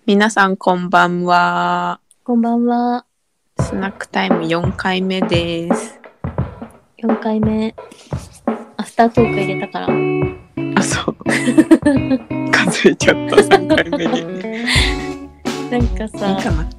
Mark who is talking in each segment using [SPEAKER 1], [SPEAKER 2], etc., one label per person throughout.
[SPEAKER 1] 皆さんこんばんは。
[SPEAKER 2] こんばんは。
[SPEAKER 1] スナックタイム4回目です。
[SPEAKER 2] 4回目。アフタートーク入れたから。
[SPEAKER 1] あ、そう。数えちゃった、3回目に。
[SPEAKER 2] なんかさ、
[SPEAKER 1] いいかな。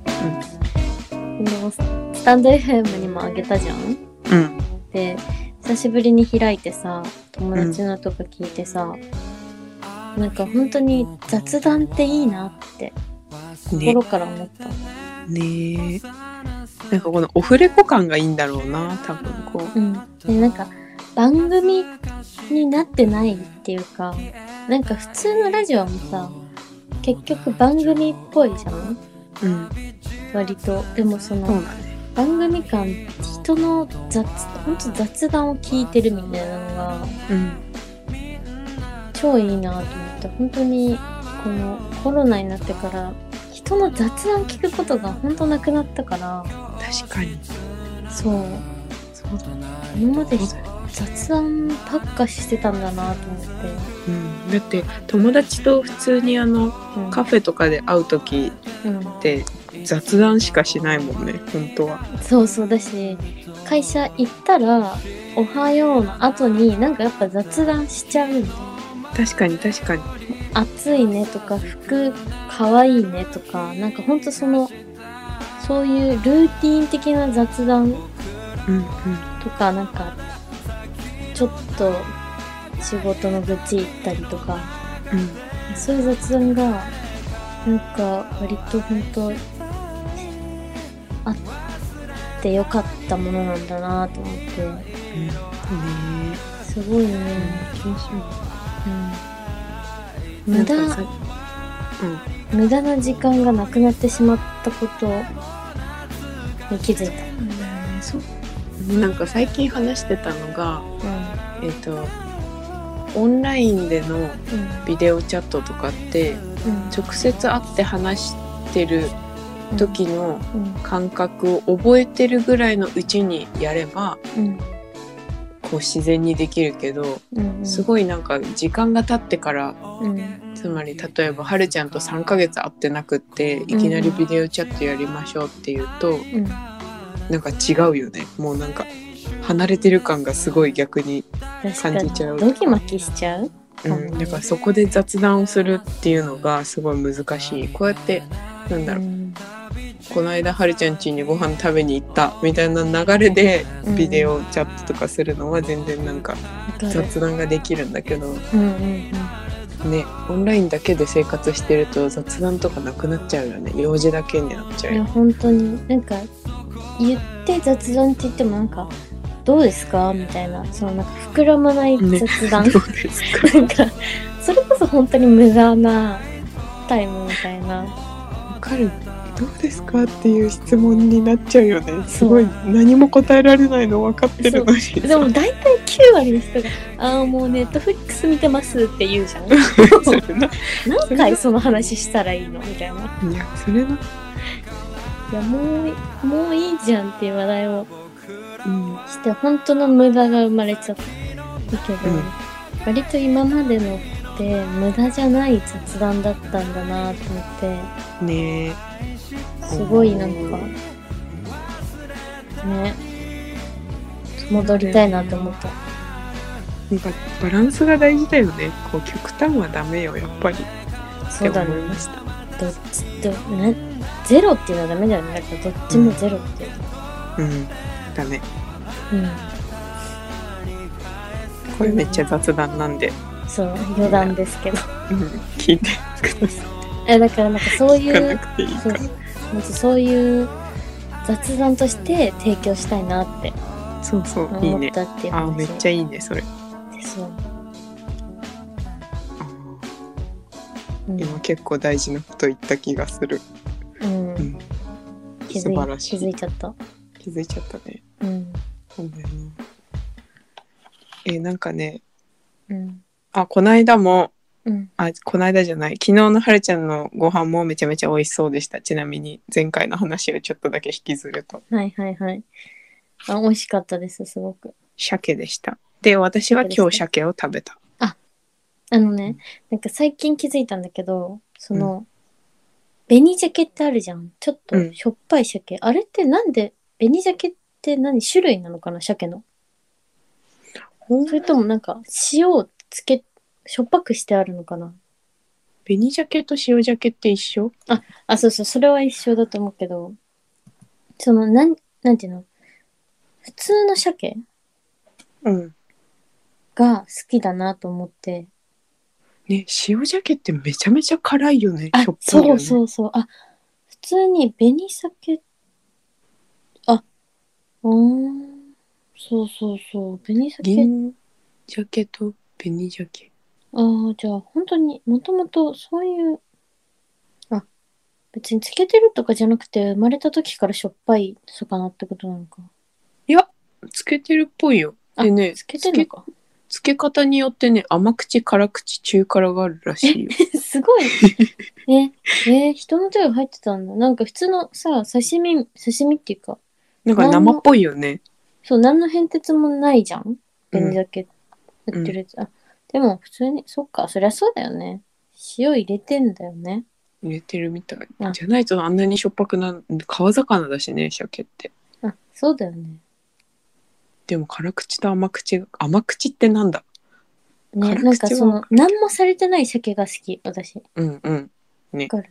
[SPEAKER 2] スタンド FM にもあげたじゃん。
[SPEAKER 1] うん。
[SPEAKER 2] で、久しぶりに開いてさ、友達のとか聞いてさ、なんか本当に雑談っていいなって心から思った。
[SPEAKER 1] ねえ。なんかこのオフレコ感がいいんだろうな、多分こう。
[SPEAKER 2] うん。で、なんか番組になってないっていうか、なんか普通のラジオもさ、結局番組っぽいじゃん。
[SPEAKER 1] うん。
[SPEAKER 2] 割と。でもその、
[SPEAKER 1] そうだね。
[SPEAKER 2] 番組感、人のほんと雑談を聞いてるみたいなのが、超いいなと思って、本当にこのコロナになってから人の雑談聞くことが本当なくなったから。
[SPEAKER 1] 確かに。
[SPEAKER 2] そう今まで雑談ばっかしてたんだなと思って、
[SPEAKER 1] だって友達と普通にカフェとかで会う時って雑談しかしないもんね、本当は。
[SPEAKER 2] そうだし、会社行ったらおはようの後になんかやっぱ雑談しちゃうんだよ。
[SPEAKER 1] 確かに確かに。
[SPEAKER 2] 暑いねとか服かわいいねとか、なんかほんとそういうルーティーン的な雑談とか、なんかちょっと仕事の愚痴言ったりとか、そういう雑談がなんか割とほんとあってよかったものなんだなと思って、すごいね。無駄な時間がなくなってしまったことに気づいた。
[SPEAKER 1] なんか最近話してたのが、オンラインでのビデオチャットとかって、直接会って話してる時の感覚を覚えてるぐらいのうちにやれば、こう自然にできるけど、すごいなんか時間が経ってから、つまり例えばはるちゃんと3ヶ月会ってなくって、いきなりビデオチャットやりましょうっていうと、なんか違うよね。もうなんか離れてる感がすごい逆に感じちゃう。
[SPEAKER 2] ドキマキしちゃう。
[SPEAKER 1] だからそこで雑談をするっていうのがすごい難しい。こうやってなんだろう、この間はるちゃん家にご飯食べに行ったみたいな流れでビデオチャットとかするのは全然なんか雑談ができるんだけど、ね、オンラインだけで生活してると雑談とかなくなっちゃうよね。用事だけになっちゃう。
[SPEAKER 2] いや本当になんか言って雑談って言ってもなんかどうですかみたいな、そのなんか膨らまない雑談、
[SPEAKER 1] どうですか
[SPEAKER 2] なんかそれこそ本当に無駄なタイムみたいな。
[SPEAKER 1] わかる。どうですかっていう質問になっちゃうよね。すごい何も答えられないの分かってるのに。
[SPEAKER 2] でも大体9割の人がもうネットフリックス見てますって言うじゃん。何回その話したらいいのみたいな。
[SPEAKER 1] いやそれな。
[SPEAKER 2] いやもういいじゃんっていう話題をして本当の無駄が生まれちゃったけど、割と今までのって無駄じゃない雑談だったんだなと思って
[SPEAKER 1] ね。
[SPEAKER 2] すごいなんかね戻りたいなと思った。
[SPEAKER 1] なんかバランスが大事だよね。こう極端はダメよやっぱり。
[SPEAKER 2] そうだね。
[SPEAKER 1] 思いました。
[SPEAKER 2] どっちね、ゼロっていうのはダメだよね。だからどっちもゼロっていう。
[SPEAKER 1] ダメ。これめっちゃ雑談なんで。
[SPEAKER 2] そう余談ですけど。
[SPEAKER 1] 聞いてください。
[SPEAKER 2] だからなんかそういう
[SPEAKER 1] 聞かなくていいから。
[SPEAKER 2] そういう雑談として提供したいなって
[SPEAKER 1] そう
[SPEAKER 2] 思ったっていう話。
[SPEAKER 1] めっちゃいいねそれ。
[SPEAKER 2] そう
[SPEAKER 1] 今結構大事なこと言った気がする。素晴らしい。
[SPEAKER 2] 気づいちゃった。
[SPEAKER 1] 気づいちゃったね。そうだよな。なんかね、この間も、この間じゃない、昨日のはるちゃんのご飯もめちゃめちゃ美味しそうでした。ちなみに前回の話をちょっとだけ引きずると。
[SPEAKER 2] はい。美味しかったですすごく。
[SPEAKER 1] 鮭でした。で、私は今日鮭を食べた。
[SPEAKER 2] なんか最近気づいたんだけど、 紅鮭ってあるじゃん。ちょっとしょっぱい鮭。あれってなんで、紅鮭って種類なのかな、鮭の。それともなんか、塩をつけ、しょっぱくしてあるのかな。
[SPEAKER 1] 紅鮭と塩鮭って一緒？
[SPEAKER 2] そうそう、それは一緒だと思うけど、その、なんていうの、普通の鮭が好きだなと思って。
[SPEAKER 1] ね、塩鮭ってめちゃめちゃ辛いよね。しょっぱいよね。
[SPEAKER 2] そうそうそう。普通に紅鮭、そうそうそう。紅鮭。
[SPEAKER 1] 銀鮭と紅鮭。
[SPEAKER 2] じゃあ本当にもともとそういう、別につけてるとかじゃなくて、生まれた時からしょっぱい魚ってことなのか。
[SPEAKER 1] いや、つけてるっぽいよ。でね、
[SPEAKER 2] つけてるのか。
[SPEAKER 1] つけ方によってね、甘口、辛口、中辛があるらしいよ。
[SPEAKER 2] すごい。人の手が入ってたんだ。なんか普通のさ、刺身っていうか。
[SPEAKER 1] なんか生っぽいよね。
[SPEAKER 2] そう、何の変哲もないじゃん。紅鮭売ってるやつ。でも普通に、そっか、そりゃそうだよね。塩入れてんだよね。
[SPEAKER 1] 入れてるみたい。じゃないとあんなにしょっぱくなる。川魚だしね、鮭って。
[SPEAKER 2] そうだよね。
[SPEAKER 1] でも辛口と甘口ってなんだ
[SPEAKER 2] ね、なんかその、何もされてない鮭が好き、私。ね。
[SPEAKER 1] わかる。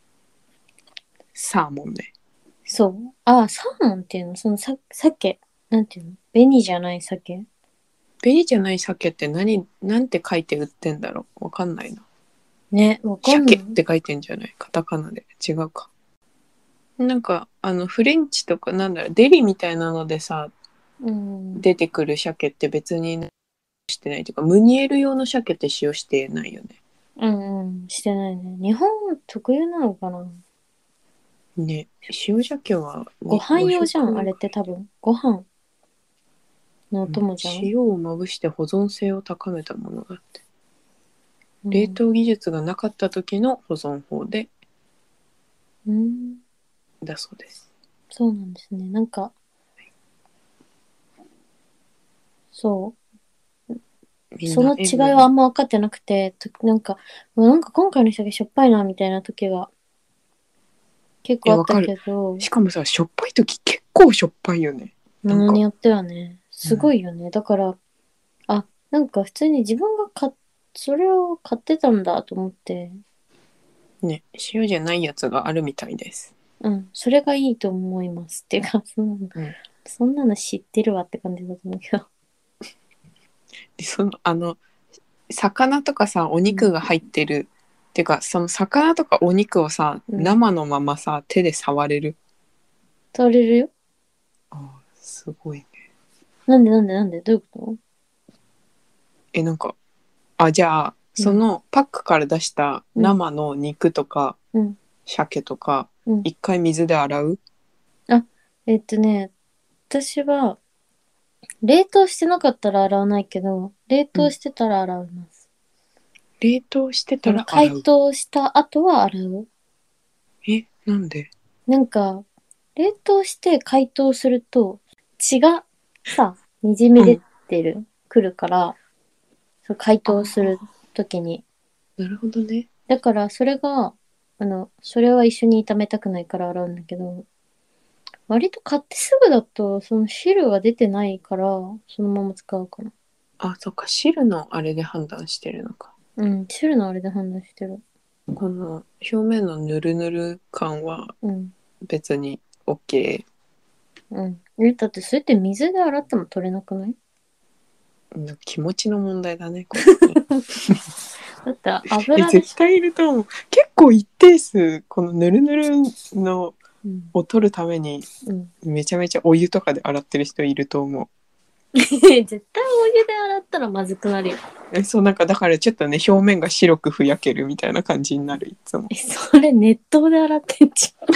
[SPEAKER 1] サーモンね。
[SPEAKER 2] そう。サーモンっていうのその鮭。なんていうの紅じゃない鮭。
[SPEAKER 1] 紅じゃない鮭ってなんて書いて売ってんだろうわかんないな。
[SPEAKER 2] ね、わかんない。
[SPEAKER 1] 鮭って書いてんじゃないカタカナで。違うか。なんか、フレンチとかデリみたいなのでさ、出てくる鮭って別にしてないというか、ムニエル用の鮭って使用してないよね。
[SPEAKER 2] してないね。日本特有なのかな。
[SPEAKER 1] ね、塩鮭は
[SPEAKER 2] ご飯用じゃん、あれって多分。ご飯のお供じゃん。
[SPEAKER 1] 塩をまぶして保存性を高めたものだって。冷凍技術がなかった時の保存法で、だそうです。
[SPEAKER 2] そうなんですね。なんか、そう。その違いはあんま分かってなくて、なんか今回の鮭しょっぱいなみたいな時が結構あったけど。
[SPEAKER 1] しかもさ、しょっぱい時結構しょっぱいよね。
[SPEAKER 2] ものによってはね、すごいよね。だから、なんか普通に自分がそれを買ってたんだと思って。
[SPEAKER 1] ね、塩じゃないやつがあるみたいです。
[SPEAKER 2] それがいいと思いますっていうか、そんなの知ってるわって感じだと思うけど。
[SPEAKER 1] で魚とかさ、お肉が入ってる、っていうか、その魚とかお肉をさ、生のままさ、手で触れる？
[SPEAKER 2] 触れるよ。
[SPEAKER 1] すごいね。
[SPEAKER 2] なんでどういうこと？
[SPEAKER 1] なんか、じゃあ、そのパックから出した生の肉とか、鮭とか、一回水で洗う？
[SPEAKER 2] 私は、冷凍してなかったら洗わないけど、冷凍してたら洗います。
[SPEAKER 1] 冷凍してたら
[SPEAKER 2] 洗う？解凍した後は洗う。
[SPEAKER 1] なんで？
[SPEAKER 2] なんか、冷凍して解凍すると、血がさ、にじみ出てくるから、解凍するときに。
[SPEAKER 1] なるほどね。
[SPEAKER 2] だから、それが、それは一緒に炒めたくないから洗うんだけど、割と買ってすぐだと、その汁が出てないから、そのまま使うかな。
[SPEAKER 1] そっか、汁のあれで判断してるのか。
[SPEAKER 2] 汁のあれで判断してる。
[SPEAKER 1] この表面のヌルヌル感は別に OK。
[SPEAKER 2] だってそれって水で洗っても取れなくない？
[SPEAKER 1] 気持ちの問題だね、これ。
[SPEAKER 2] だって油で
[SPEAKER 1] 絶対いると思う。結構一定数このヌルヌルのを取るためにめちゃめちゃお湯とかで洗ってる人いると思う。
[SPEAKER 2] 絶対お湯で洗ったらまずくなるよ。
[SPEAKER 1] だからちょっとね、表面が白くふやけるみたいな感じになる、いつも。
[SPEAKER 2] それ熱湯で洗ってんじゃん。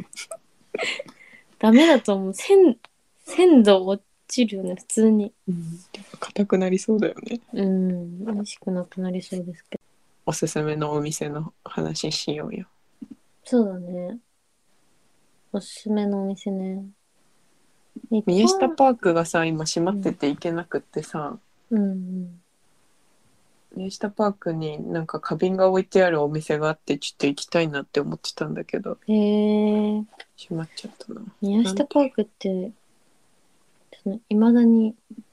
[SPEAKER 2] ダメだと思う。鮮度落ちるよね、普通に。
[SPEAKER 1] 硬くなりそうだよね。
[SPEAKER 2] 美味しくなくなりそうですけど。
[SPEAKER 1] おすすめのお店の話しようよ。
[SPEAKER 2] そうだね。おすすめのお店ね。
[SPEAKER 1] 宮下パークがさ、今閉まってて行けなくってさ、 宮下パークになんか花瓶が置いてあるお店があってちょっと行きたいなって思ってたんだけど
[SPEAKER 2] へえ。
[SPEAKER 1] 閉まっちゃったな。
[SPEAKER 2] 宮下パークっていまだに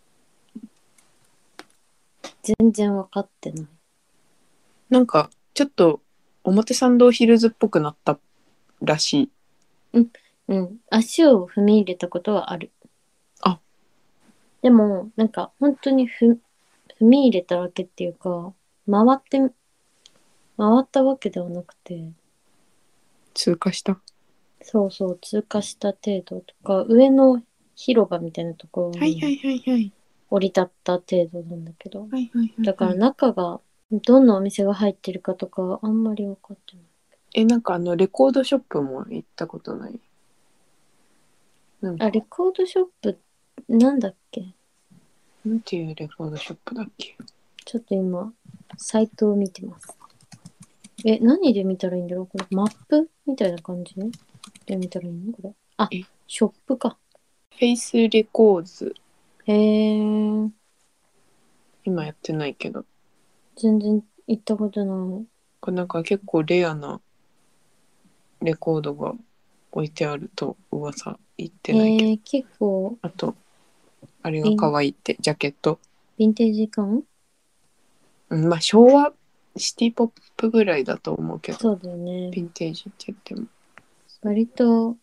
[SPEAKER 2] 全然分かってない。
[SPEAKER 1] なんかちょっと表参道ヒルズっぽくなったらしい。
[SPEAKER 2] うん。足を踏み入れたことはある。
[SPEAKER 1] あ、
[SPEAKER 2] でも、なんか本当に踏み入れたわけっていうか、回ったわけではなくて、
[SPEAKER 1] 通過した。
[SPEAKER 2] そうそう、通過した程度とか、上の広場みたいなところに
[SPEAKER 1] はいはいはいはい。
[SPEAKER 2] 降り立った程度なんだけど、
[SPEAKER 1] はいはいはいはい。
[SPEAKER 2] だから中が、どんなお店が入ってるかとか、あんまり分かってない。
[SPEAKER 1] なんかレコードショップも行ったことない？なんか
[SPEAKER 2] レコードショップ、なんだっけ？
[SPEAKER 1] なんていうレコードショップだっけ？
[SPEAKER 2] ちょっと今、サイトを見てます。何で見たらいいんだろうこれ、マップみたいな感じで見たらいいのこれ。あ、ショップか。
[SPEAKER 1] フェイスレコーズ。
[SPEAKER 2] へー。
[SPEAKER 1] 今やってないけど。
[SPEAKER 2] 全然行ったことない。
[SPEAKER 1] これなんか結構レアなレコードが置いてあると噂言ってないけど。
[SPEAKER 2] 結構、
[SPEAKER 1] あと、あれが可愛いって、ジャケット。
[SPEAKER 2] ヴィンテージ感？
[SPEAKER 1] まあ昭和シティポップぐらいだと思うけど。
[SPEAKER 2] そうだよね。
[SPEAKER 1] ヴィンテージって言っても。
[SPEAKER 2] 割と、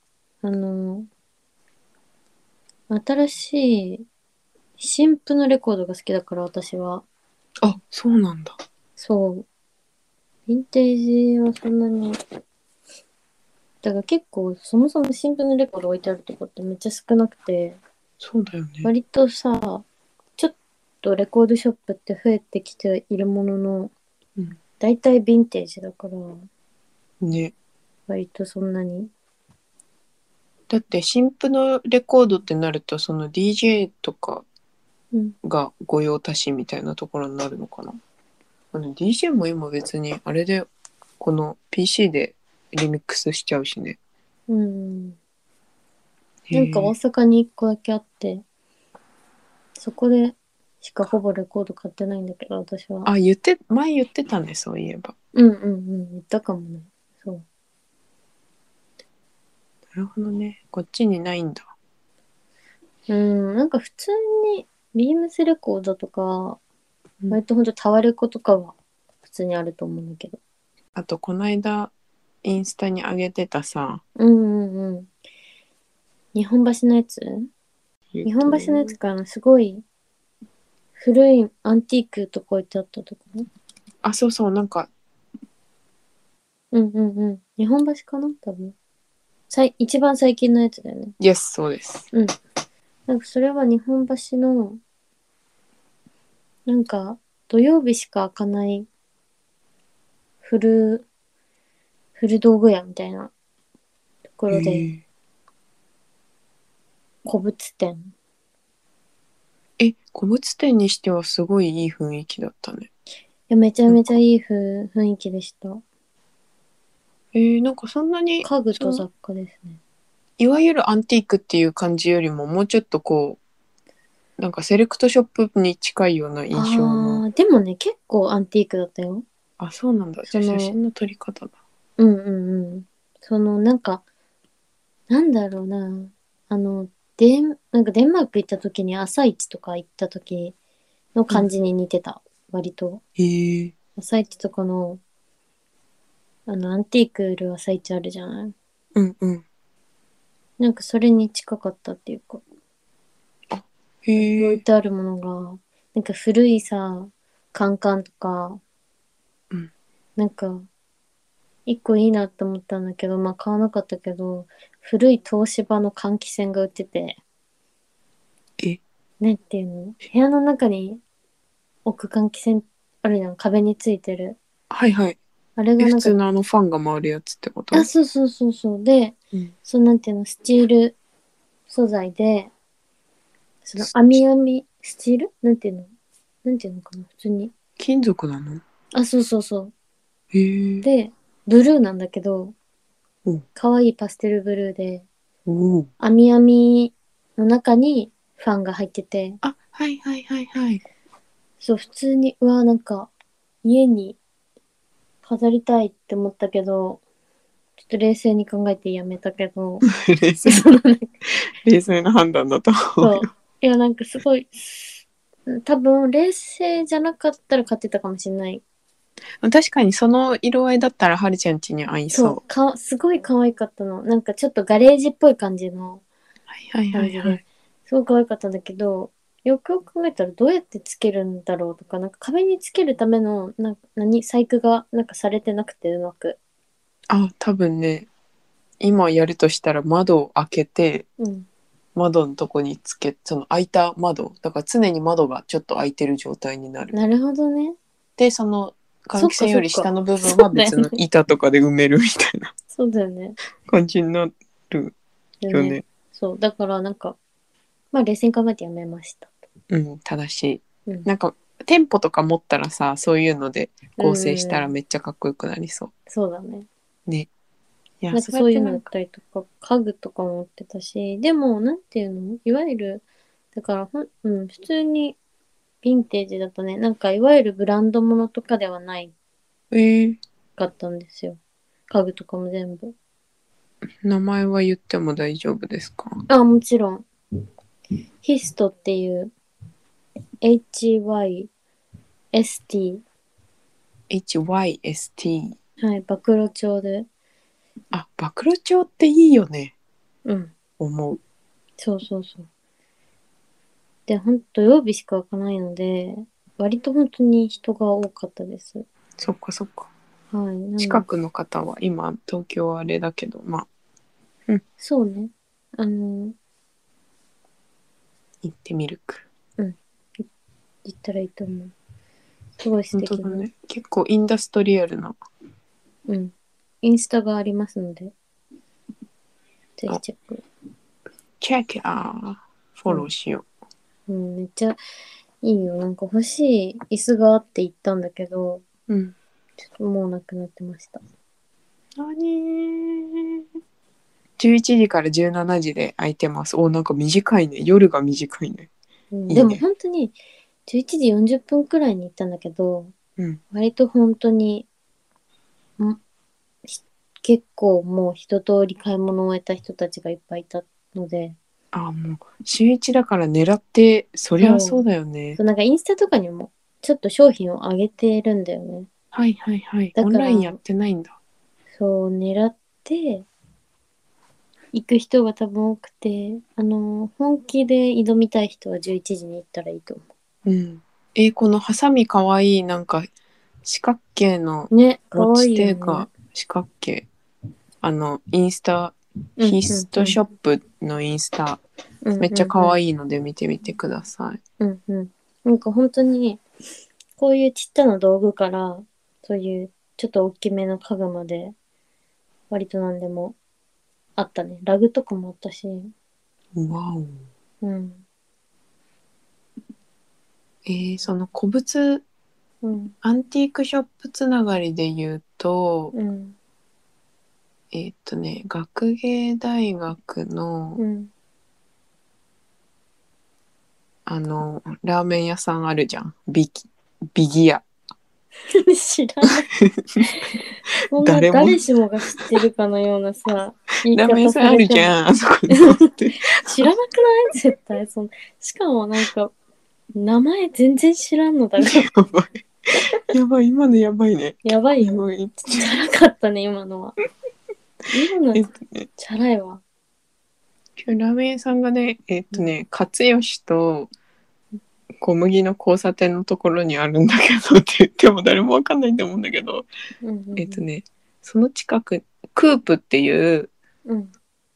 [SPEAKER 2] 新しい新譜のレコードが好きだから私は。
[SPEAKER 1] あ、そうなんだ。
[SPEAKER 2] そう。ヴィンテージはそんなに。だから結構そもそも新譜のレコード置いてあるとこってめっちゃ少なくて。
[SPEAKER 1] そうだよね。
[SPEAKER 2] 割とさ、ちょっとレコードショップって増えてきているものの、だいたいヴィンテージだから。
[SPEAKER 1] ね。
[SPEAKER 2] 割とそんなに。
[SPEAKER 1] だって新譜のレコードってなるとその DJ とかが御用達みたいなところになるのかな。DJ も今別にあれでこの PC でリミックスしちゃうしね。
[SPEAKER 2] なんか大阪に1個だけあって、そこでしかほぼレコード買ってないんだけど、私は。
[SPEAKER 1] 前言ってたね、そういえば。
[SPEAKER 2] 言ったかもね。そう。
[SPEAKER 1] なるほどね。こっちにないんだ。
[SPEAKER 2] なんか普通に、ビームスレコードとか、割とほんとタワレコとかは普通にあると思うんだけど。
[SPEAKER 1] あと、この間、インスタに上げてたさ。
[SPEAKER 2] 日本橋のやつ？日本橋のやつからすごい古いアンティークとか置いてあったところ。
[SPEAKER 1] あ、そうそう、なんか。
[SPEAKER 2] 日本橋かな多分。一番最近のやつだよね。
[SPEAKER 1] Yes、そうです。
[SPEAKER 2] なんかそれは日本橋の、なんか土曜日しか開かない古道具屋みたいなところで、古物店。
[SPEAKER 1] 古物店にしてはすごいいい雰囲気だったね。
[SPEAKER 2] いや、めちゃめちゃいい雰囲気でした。
[SPEAKER 1] なんかそんなに
[SPEAKER 2] 家具と雑貨ですね。
[SPEAKER 1] いわゆるアンティークっていう感じよりももうちょっとこうなんかセレクトショップに近いような印象の。
[SPEAKER 2] でもね、結構アンティークだったよ。
[SPEAKER 1] あ、そうなんだ。じゃあ写真の撮り方だ。
[SPEAKER 2] なんか、なんだろうな。なんかデンマーク行った時に朝市とか行った時の感じに似てた。割と。朝市とかの、アンティーク売る朝市あるじゃない？なんかそれに近かったっていうか。置いてあるものが、なんか古いさ、カンカンとか、なんか、一個いいなって思ったんだけど、まあ買わなかったけど、古い東芝の換気扇が売ってて、ねっていうの？部屋の中に置く換気扇あるじゃん、壁についてる。
[SPEAKER 1] はいはい。
[SPEAKER 2] あれがなんか、
[SPEAKER 1] 普通のファンが回るやつってこと？
[SPEAKER 2] そうそうそうそう。で、なんていうの、スチール素材で、そのスチールなんていうのかな普通に。
[SPEAKER 1] 金属なの？
[SPEAKER 2] そうそうそう。で、ブルーなんだけど、かわいいパステルブルーで、網の中にファンが入ってて、
[SPEAKER 1] はいはいはいはい。
[SPEAKER 2] そう、普通に、なんか、 家に飾りたいって思ったけど、ちょっと冷静に考えてやめたけど、
[SPEAKER 1] 冷静
[SPEAKER 2] そのなんか
[SPEAKER 1] 冷静な判断だと思う
[SPEAKER 2] そう。
[SPEAKER 1] よ。
[SPEAKER 2] いや、なんかすごい、多分冷静じゃなかったら買ってたかもしれない。
[SPEAKER 1] 確かにその色合いだったらはるちゃん家に合い
[SPEAKER 2] そう、
[SPEAKER 1] そう。
[SPEAKER 2] すごい可愛かったの。なんかちょっとガレージっぽい感じの
[SPEAKER 1] はいはいは
[SPEAKER 2] 感じで、
[SPEAKER 1] いはい。
[SPEAKER 2] すごい可愛かったんだけど、よくよく考えたらどうやってつけるんだろうとか、なんか壁につけるための、細工がなんかされてなくてうまく。
[SPEAKER 1] あ、多分ね、今やるとしたら窓を開けて、
[SPEAKER 2] うん。
[SPEAKER 1] 窓のとこにつけ、その開いた窓、だから常に窓がちょっと開いてる状態になる。
[SPEAKER 2] なるほどね。
[SPEAKER 1] で、その
[SPEAKER 2] そっ
[SPEAKER 1] 換気扇より
[SPEAKER 2] かそっか。
[SPEAKER 1] 下の部分は
[SPEAKER 2] そうだよね。
[SPEAKER 1] 別の板とかで埋めるみたいな
[SPEAKER 2] そうだよね。
[SPEAKER 1] 感じになる
[SPEAKER 2] でね。
[SPEAKER 1] よね。
[SPEAKER 2] そう。だからなんか、まあ冷静に考えてやめました。
[SPEAKER 1] うん、正しい。
[SPEAKER 2] うん。
[SPEAKER 1] なんか店舗とか持ったらさ、そういうので
[SPEAKER 2] うん
[SPEAKER 1] 構成したら
[SPEAKER 2] うんうん。
[SPEAKER 1] めっちゃかっこよくなりそ
[SPEAKER 2] そうだね。
[SPEAKER 1] う。ね。いや、
[SPEAKER 2] なんか
[SPEAKER 1] そうやっ
[SPEAKER 2] そういうのだっ
[SPEAKER 1] てなんか、
[SPEAKER 2] たりとか、家具とかも持ってたし、でも、なんていうのいわゆる、だから普通にヴィンテージだとね、なんかいわゆるブランドものとかではない
[SPEAKER 1] ー、
[SPEAKER 2] かったんですよ。家具とかも全部。
[SPEAKER 1] 名前は言っても大丈夫ですか？
[SPEAKER 2] あ、もちろん。ヒストっていう、HYST。
[SPEAKER 1] HYST。
[SPEAKER 2] はい、暴露帳で。
[SPEAKER 1] あ、暴露帳っていいよね。
[SPEAKER 2] うん。
[SPEAKER 1] 思う。
[SPEAKER 2] そうそうそう。で、土曜日しか開かないので、割と本当に人が多かったです。
[SPEAKER 1] そっかそっか。
[SPEAKER 2] はい。なので、
[SPEAKER 1] 近くの方は今東京はあれだけど、まあ、うん、
[SPEAKER 2] そうね。あの、
[SPEAKER 1] 行ってみるく。
[SPEAKER 2] うん。言ったらいいと思う。すごい素敵な。
[SPEAKER 1] 本当だね。結構インダストリアルな。
[SPEAKER 2] うん。インスタがありますので、ぜひチェック。
[SPEAKER 1] チェックフォローしよ
[SPEAKER 2] うん、めっちゃいいよ。なんか欲しい椅子があって行ったんだけど、
[SPEAKER 1] う。うん。
[SPEAKER 2] ちょっともうなくなってました。
[SPEAKER 1] 何11時から17時で空いてます。お、なんか短いね。夜が短いね。
[SPEAKER 2] うん、でも
[SPEAKER 1] いいね。
[SPEAKER 2] 本当に11時40分くらいに行ったんだけど、
[SPEAKER 1] うん。
[SPEAKER 2] 割と本当に、ん結構もう一通り買い物を終えた人たちがいっぱいいたので、
[SPEAKER 1] あ、もう、週一だから狙って、そりゃ
[SPEAKER 2] そう。
[SPEAKER 1] そうだよね。
[SPEAKER 2] そう、なんかインスタとかにもちょっと商品を上げてるんだよね。
[SPEAKER 1] はいはいはい。
[SPEAKER 2] だから、
[SPEAKER 1] オンラインやってないんだ。
[SPEAKER 2] そう狙って行く人が多分多くて、本気で挑みたい人は11時に行ったらいいと思
[SPEAKER 1] うん。このハサミかわいい、なんか、四角形の
[SPEAKER 2] う。ね、か
[SPEAKER 1] 持ち
[SPEAKER 2] わいいよ
[SPEAKER 1] 手が
[SPEAKER 2] ね。
[SPEAKER 1] 四角形。インスタ、
[SPEAKER 2] うん
[SPEAKER 1] ヒストショップのインスタ、
[SPEAKER 2] うん
[SPEAKER 1] めっちゃ可
[SPEAKER 2] うん
[SPEAKER 1] 愛いので見てみてください。
[SPEAKER 2] うんうん。なんか本当に、こういうちっちゃな道具から、そういうちょっと大きめの家具まで、割と何でもあったね。ラグとかもあったし。
[SPEAKER 1] わお。
[SPEAKER 2] うん。
[SPEAKER 1] その古物、
[SPEAKER 2] うん。
[SPEAKER 1] アンティークショップつながりで言うと、
[SPEAKER 2] うん。
[SPEAKER 1] 学芸大学の、
[SPEAKER 2] うん。
[SPEAKER 1] ラーメン屋さんあるじゃん。ビギヤ。
[SPEAKER 2] 知らない。そんな
[SPEAKER 1] 誰も、
[SPEAKER 2] 誰しもが知ってるかのようなさ、言い
[SPEAKER 1] ラーメン屋
[SPEAKER 2] 方
[SPEAKER 1] さんあ
[SPEAKER 2] されても。
[SPEAKER 1] るじゃん。あそこに持って。
[SPEAKER 2] 知らなくない絶対。しかもなんか、名前全然知らんのだが。
[SPEAKER 1] やばい。やばい、今のやばいね。
[SPEAKER 2] やばいよ。
[SPEAKER 1] やばい。
[SPEAKER 2] チャラかったね、今のは。今のはちょっと
[SPEAKER 1] ね、
[SPEAKER 2] チャラいわ。
[SPEAKER 1] 今日ラーメン屋さんがね、勝吉と小麦の交差点のところにあるんだけどって言っても誰もわかんないと思うんだけど、
[SPEAKER 2] うんうん
[SPEAKER 1] その近く、クープっていう、
[SPEAKER 2] うん。うん。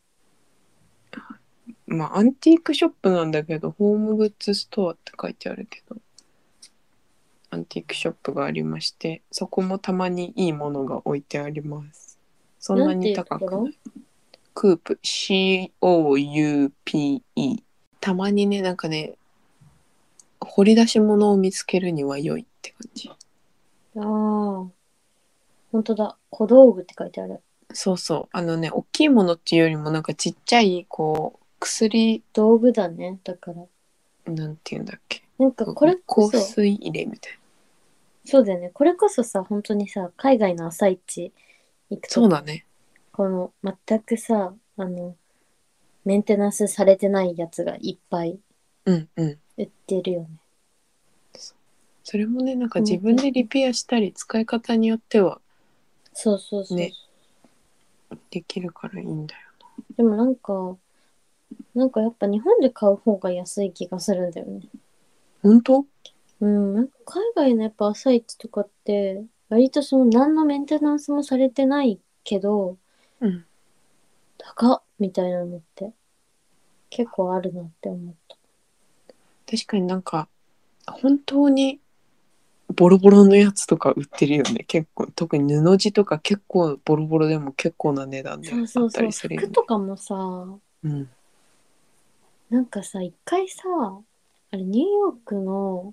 [SPEAKER 1] まあ、アンティークショップなんだけど、ホームグッズストアって書いてあるけど、アンティークショップがありまして、そこもたまにいいものが置いてあります。そんなに
[SPEAKER 2] なんていうところ？
[SPEAKER 1] 高くない。クープ、COUPE。たまにね、なんかね、掘り出し物を見つけるには良いって感じ。
[SPEAKER 2] ああ、本当だ。小道具って書いてある。
[SPEAKER 1] そうそう。大きいものっていうよりもなんかちっちゃい、こう、薬、
[SPEAKER 2] 道具だね。だから。
[SPEAKER 1] なんていうんだっけ。
[SPEAKER 2] なんかこれこ
[SPEAKER 1] 香
[SPEAKER 2] そ、
[SPEAKER 1] 水入れみたい
[SPEAKER 2] そうだよね。これこそさ、本当にさ、海外の朝市行くと、
[SPEAKER 1] そうだね。
[SPEAKER 2] この全くさ、メンテナンスされてないやつがいっぱい
[SPEAKER 1] うんうん。
[SPEAKER 2] 売ってるよね。
[SPEAKER 1] それもね、なんか自
[SPEAKER 2] 本当に。
[SPEAKER 1] 分でリペアしたり使い方によっては
[SPEAKER 2] そうそうそう。
[SPEAKER 1] ね、できるからいいんだよ。
[SPEAKER 2] でもなんかやっぱ日本で買う方が安い気がするんだよね。
[SPEAKER 1] 本当？
[SPEAKER 2] うん、なんか海外のやっぱ朝市とかって、割とその何のメンテナンスもされてないけど、
[SPEAKER 1] うん。
[SPEAKER 2] 高っみたいなのって結構あるなって思った。
[SPEAKER 1] 確かになんか、本当にボロボロのやつとか売ってるよね。結構、特に布地とか結構ボロボロでも結構な値段
[SPEAKER 2] そ
[SPEAKER 1] であった
[SPEAKER 2] うそうそう。
[SPEAKER 1] りするよね。
[SPEAKER 2] 服とかもさ、
[SPEAKER 1] うん。
[SPEAKER 2] なんかさ、一回さ、あれニューヨークの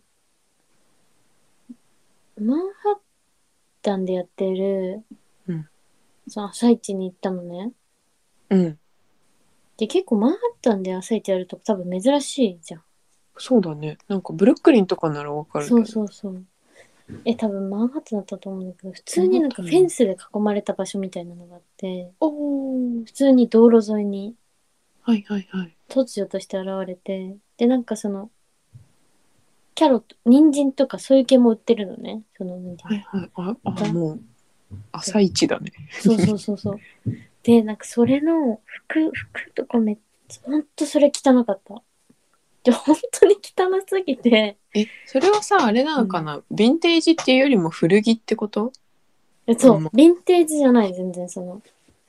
[SPEAKER 2] マンハッタンでやってる、
[SPEAKER 1] うん。
[SPEAKER 2] その朝市に行ったのね。
[SPEAKER 1] うん。
[SPEAKER 2] で、結構マンハッタンで朝市やると多分珍しいじゃん。
[SPEAKER 1] そうだね。なんかブルックリンとかならわかる
[SPEAKER 2] そう
[SPEAKER 1] けど。
[SPEAKER 2] そうそう。多分マンハッタンだったと思うんだけど、普通
[SPEAKER 1] マンハ
[SPEAKER 2] になんかフェン
[SPEAKER 1] ッタンの。
[SPEAKER 2] スで囲まれた場所みたいなのがあって、
[SPEAKER 1] おー。
[SPEAKER 2] 普通に道路沿いに
[SPEAKER 1] はいはいはい。
[SPEAKER 2] 突如として現れて、で、なんかその、キャロット、人参とかそういう系も売ってるのね。その、なんていう
[SPEAKER 1] はいはい。
[SPEAKER 2] の。
[SPEAKER 1] もう、朝一だね。
[SPEAKER 2] そうそうそうそう。で、なんかそれの服とかめっちゃ、ほんとそれ汚かった。で、本当に汚すぎて、
[SPEAKER 1] それはさ、あれな
[SPEAKER 2] うん。
[SPEAKER 1] のかな、ヴィンテージっていうよりも古着ってこと？
[SPEAKER 2] そう、ヴィンテージじゃない、全然その、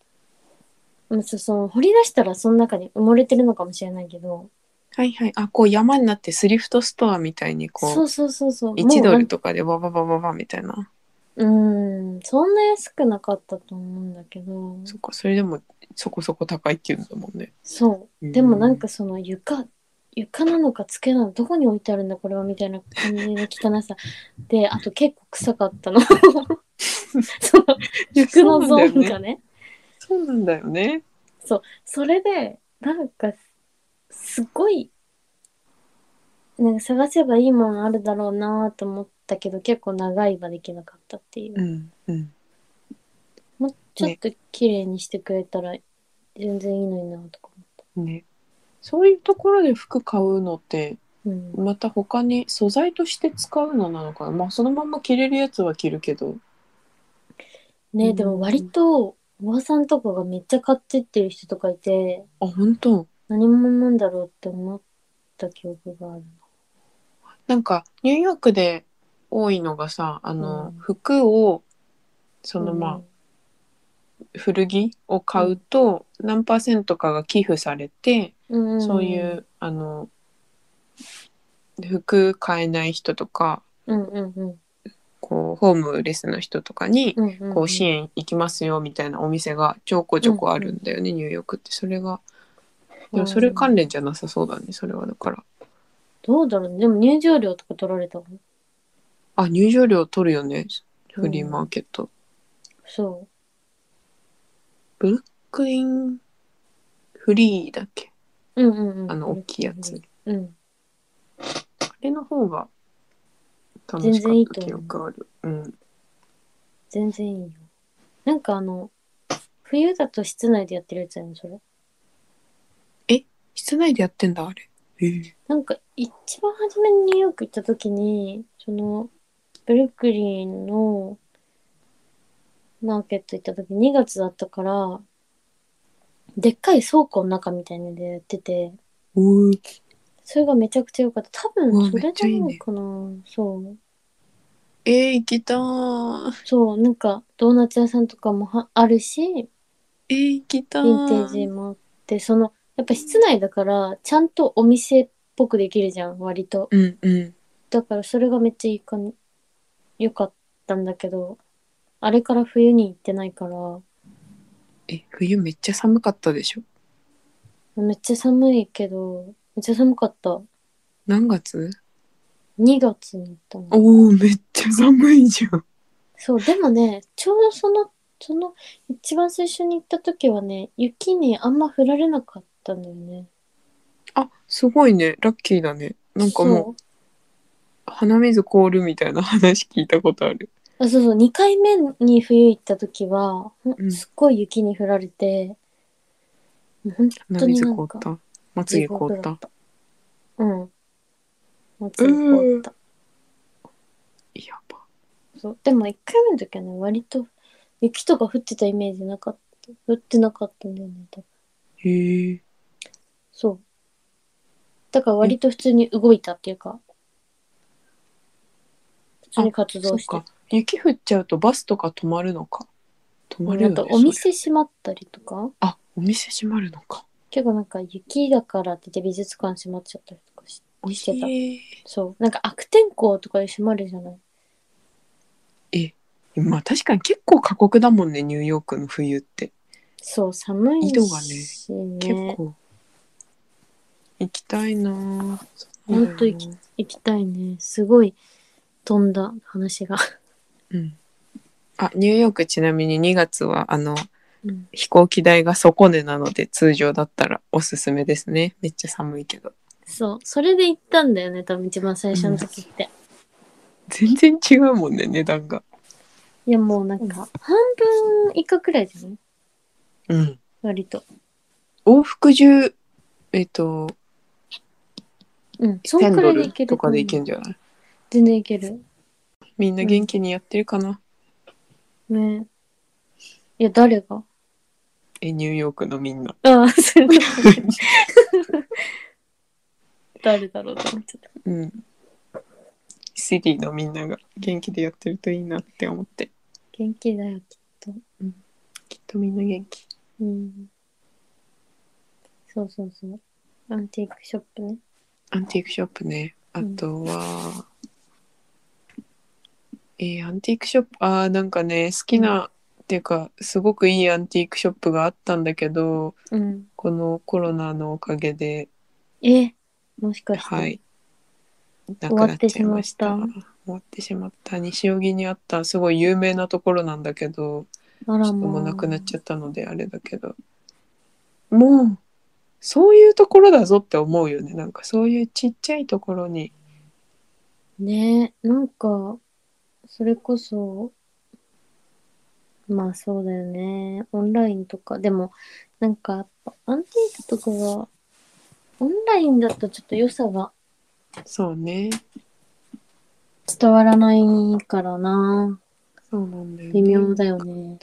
[SPEAKER 2] 掘り出したらその中に埋もれてるのかもしれないけど、
[SPEAKER 1] はいはい。あ、こう山になってスリフトストアみたいにこう、
[SPEAKER 2] そうそうそうそう、
[SPEAKER 1] 1
[SPEAKER 2] もう
[SPEAKER 1] ドルとかでバババババみたいな。
[SPEAKER 2] そんな安くなかったと思うんだけど、
[SPEAKER 1] そっか、それでもそこそこ高いっていうんだもんね。
[SPEAKER 2] そう。
[SPEAKER 1] う
[SPEAKER 2] でもなん
[SPEAKER 1] ん。
[SPEAKER 2] かその床なのか机なのかどこに置いてあるんだこれはみたいな感じの汚さ。で、あと結構臭かったの。その
[SPEAKER 1] いや、
[SPEAKER 2] 服
[SPEAKER 1] そうなん
[SPEAKER 2] のゾー
[SPEAKER 1] だよね。
[SPEAKER 2] ンがね。
[SPEAKER 1] そうなんだよね。
[SPEAKER 2] そう。それで、なんかすごい、なんか探せばいいものあるだろうなと思ったけど、結構長いはできなかったっていう。
[SPEAKER 1] うんうん。
[SPEAKER 2] もうちょっ
[SPEAKER 1] ね、
[SPEAKER 2] と綺麗にしてくれたら全然いいのになとか思った。
[SPEAKER 1] ね。そういうところで服買うのって、
[SPEAKER 2] うん。
[SPEAKER 1] また他に素材として使うのなのかな。まあそのまま着れるやつは着るけど。う
[SPEAKER 2] ね、でも割
[SPEAKER 1] ん。
[SPEAKER 2] と、おばさんとかがめっちゃ買ってってる人とかいて、
[SPEAKER 1] あ、本当。
[SPEAKER 2] 何者なんだろうって思った記憶がある
[SPEAKER 1] なんかニューヨークで多いのがさ、
[SPEAKER 2] な。うん。
[SPEAKER 1] 服をそのまあ
[SPEAKER 2] うん。
[SPEAKER 1] 古着を買う
[SPEAKER 2] うん。
[SPEAKER 1] と何パーセントかが寄付されて、
[SPEAKER 2] うん。うん。
[SPEAKER 1] そういう服買えない人とか、
[SPEAKER 2] うん。うん。うん。
[SPEAKER 1] こうホームレスの人とかに
[SPEAKER 2] うん。うん。
[SPEAKER 1] こう支援行きますよみたいなお店がちょこち
[SPEAKER 2] うん。
[SPEAKER 1] ょこあ
[SPEAKER 2] うん。
[SPEAKER 1] るんだよね、ニューヨークって。それが、
[SPEAKER 2] う
[SPEAKER 1] でもそれ関連
[SPEAKER 2] ん。
[SPEAKER 1] じゃなさそうだね、それは。だから、
[SPEAKER 2] どうだろうね。でも入場料とか取られたの？
[SPEAKER 1] あ、入場料取るよね、フリーマー
[SPEAKER 2] うん。
[SPEAKER 1] ケット。
[SPEAKER 2] そ
[SPEAKER 1] ブルックリンフリーだっけ？
[SPEAKER 2] う。うんうんうん。
[SPEAKER 1] 大
[SPEAKER 2] フル
[SPEAKER 1] きいやつ。
[SPEAKER 2] フル。うん。
[SPEAKER 1] あれの方が楽
[SPEAKER 2] 全然いい
[SPEAKER 1] しかった
[SPEAKER 2] と思う。
[SPEAKER 1] 記憶ある。うん。
[SPEAKER 2] 全然いいよ。なんか冬だと室内でやってるやつやねそれ。
[SPEAKER 1] え、室内でやってんだ、あれ。
[SPEAKER 2] なんか、一番初めにニューヨーク行った時に、ブルックリンのマーケット行った時2月だったから、でっかい倉庫の中みたいなのでやってて、
[SPEAKER 1] おー。
[SPEAKER 2] それがめちゃくちゃ良かった。多分
[SPEAKER 1] うわ、めっ
[SPEAKER 2] それな
[SPEAKER 1] ちゃいいね。
[SPEAKER 2] のかな。そう。
[SPEAKER 1] 行きたー。
[SPEAKER 2] そう、なんかドーナツ屋さんとかもあるし、
[SPEAKER 1] 行きた
[SPEAKER 2] ヴィンテージ
[SPEAKER 1] ー。
[SPEAKER 2] もあって、やっぱ室内だから、ちゃんとお店っぽくできるじゃん、割と。
[SPEAKER 1] うんうん。
[SPEAKER 2] だからそれがめっちゃ良かったんだけど、あれから冬に行ってないから、
[SPEAKER 1] 冬めっちゃ寒かったでしょ。
[SPEAKER 2] めっちゃ寒いけど、めっちゃ寒かった。
[SPEAKER 1] 何月？
[SPEAKER 2] 2月に行ったの。
[SPEAKER 1] おー、めっちゃ寒いじゃん。
[SPEAKER 2] そう、でもね、ちょうど一番最初に行った時はね、雪にあんま降られなかったんだよね。
[SPEAKER 1] あ、すごいね。ラッキーだね。なんかもう、
[SPEAKER 2] そ
[SPEAKER 1] 鼻水凍るみたいな話聞いたことある。
[SPEAKER 2] そうそう、2回目に冬行った時は、
[SPEAKER 1] うん、
[SPEAKER 2] すっごい雪に降られて、もう本当に
[SPEAKER 1] 鼻水
[SPEAKER 2] なんか、
[SPEAKER 1] 凍った。まつげ凍った。
[SPEAKER 2] うん。まつげ凍った。
[SPEAKER 1] やば。
[SPEAKER 2] そう。でも1回目の時はね、割と雪とか降ってたイメージなかった。降ってなかったんだよね、多分。
[SPEAKER 1] へえ。
[SPEAKER 2] そう。だから割と普通に動いたっていうか、普通に活動して。
[SPEAKER 1] そっか。雪降っちゃうとバスとか止まるのか。止まるよね。
[SPEAKER 2] あとお店閉まったりとか。
[SPEAKER 1] あ、お店閉まるのか。
[SPEAKER 2] 結構なんか雪だからって言って美術館閉まっちゃったりとかしてた。そう。なんか悪天候とかで閉まるじゃない。
[SPEAKER 1] まあ確かに結構過酷だもんね、ニューヨークの冬って。
[SPEAKER 2] そう、寒いし、ね。
[SPEAKER 1] 緯度がね、結構。行きたいなぁ。
[SPEAKER 2] ほんと行きたいね。すごい飛んだ話が。
[SPEAKER 1] うん。あ、ニューヨークちなみに2月は
[SPEAKER 2] うん、
[SPEAKER 1] 飛行機代が底値なので通常だったらおすすめですね。めっちゃ寒いけど。
[SPEAKER 2] そう。それで行ったんだよね。多分一番最初の時って。
[SPEAKER 1] 全然違うもんね、値段が。
[SPEAKER 2] いやもうなんか、半分以下くらいじゃない？
[SPEAKER 1] うん。
[SPEAKER 2] 割と。
[SPEAKER 1] 往復10、
[SPEAKER 2] うん。そんくらいでいけ
[SPEAKER 1] $1000と
[SPEAKER 2] る
[SPEAKER 1] かでいけんじゃない？
[SPEAKER 2] 全然いける。
[SPEAKER 1] みんな元気にやってるかな、
[SPEAKER 2] ね。いや、誰が？
[SPEAKER 1] ニューヨークのみんな。
[SPEAKER 2] ああ、そういうことね。誰だろうと思っちゃった。
[SPEAKER 1] うん。シティのみんなが元気でやってるといいなって思って。
[SPEAKER 2] 元気だよ、きっと。
[SPEAKER 1] きっとみんな元気。
[SPEAKER 2] うん。そうそうそう。アンティークショップね。
[SPEAKER 1] アンティークショップね。あとは、アンティークショップ、なんかね、好きな、っていうか、すごくいいアンティークショップがあったんだけど、このコロナのおかげで、
[SPEAKER 2] もしかして。
[SPEAKER 1] はい、なくなっちゃいました。終わってしまった。西荻にあったすごい有名なところなんだけど、ちょっともうなくなっちゃったのであれだけど、もうそういうところだぞって思うよね。なんかそういうちっちゃいところに。
[SPEAKER 2] ねえ、なんか、それこそ、まあそうだよね。オンラインとか。でも、なんかやっぱアンティークとかが、オンラインだとちょっと良さが
[SPEAKER 1] そうね。
[SPEAKER 2] 伝わらないからな。
[SPEAKER 1] そうなんだよね。
[SPEAKER 2] 微妙だよね。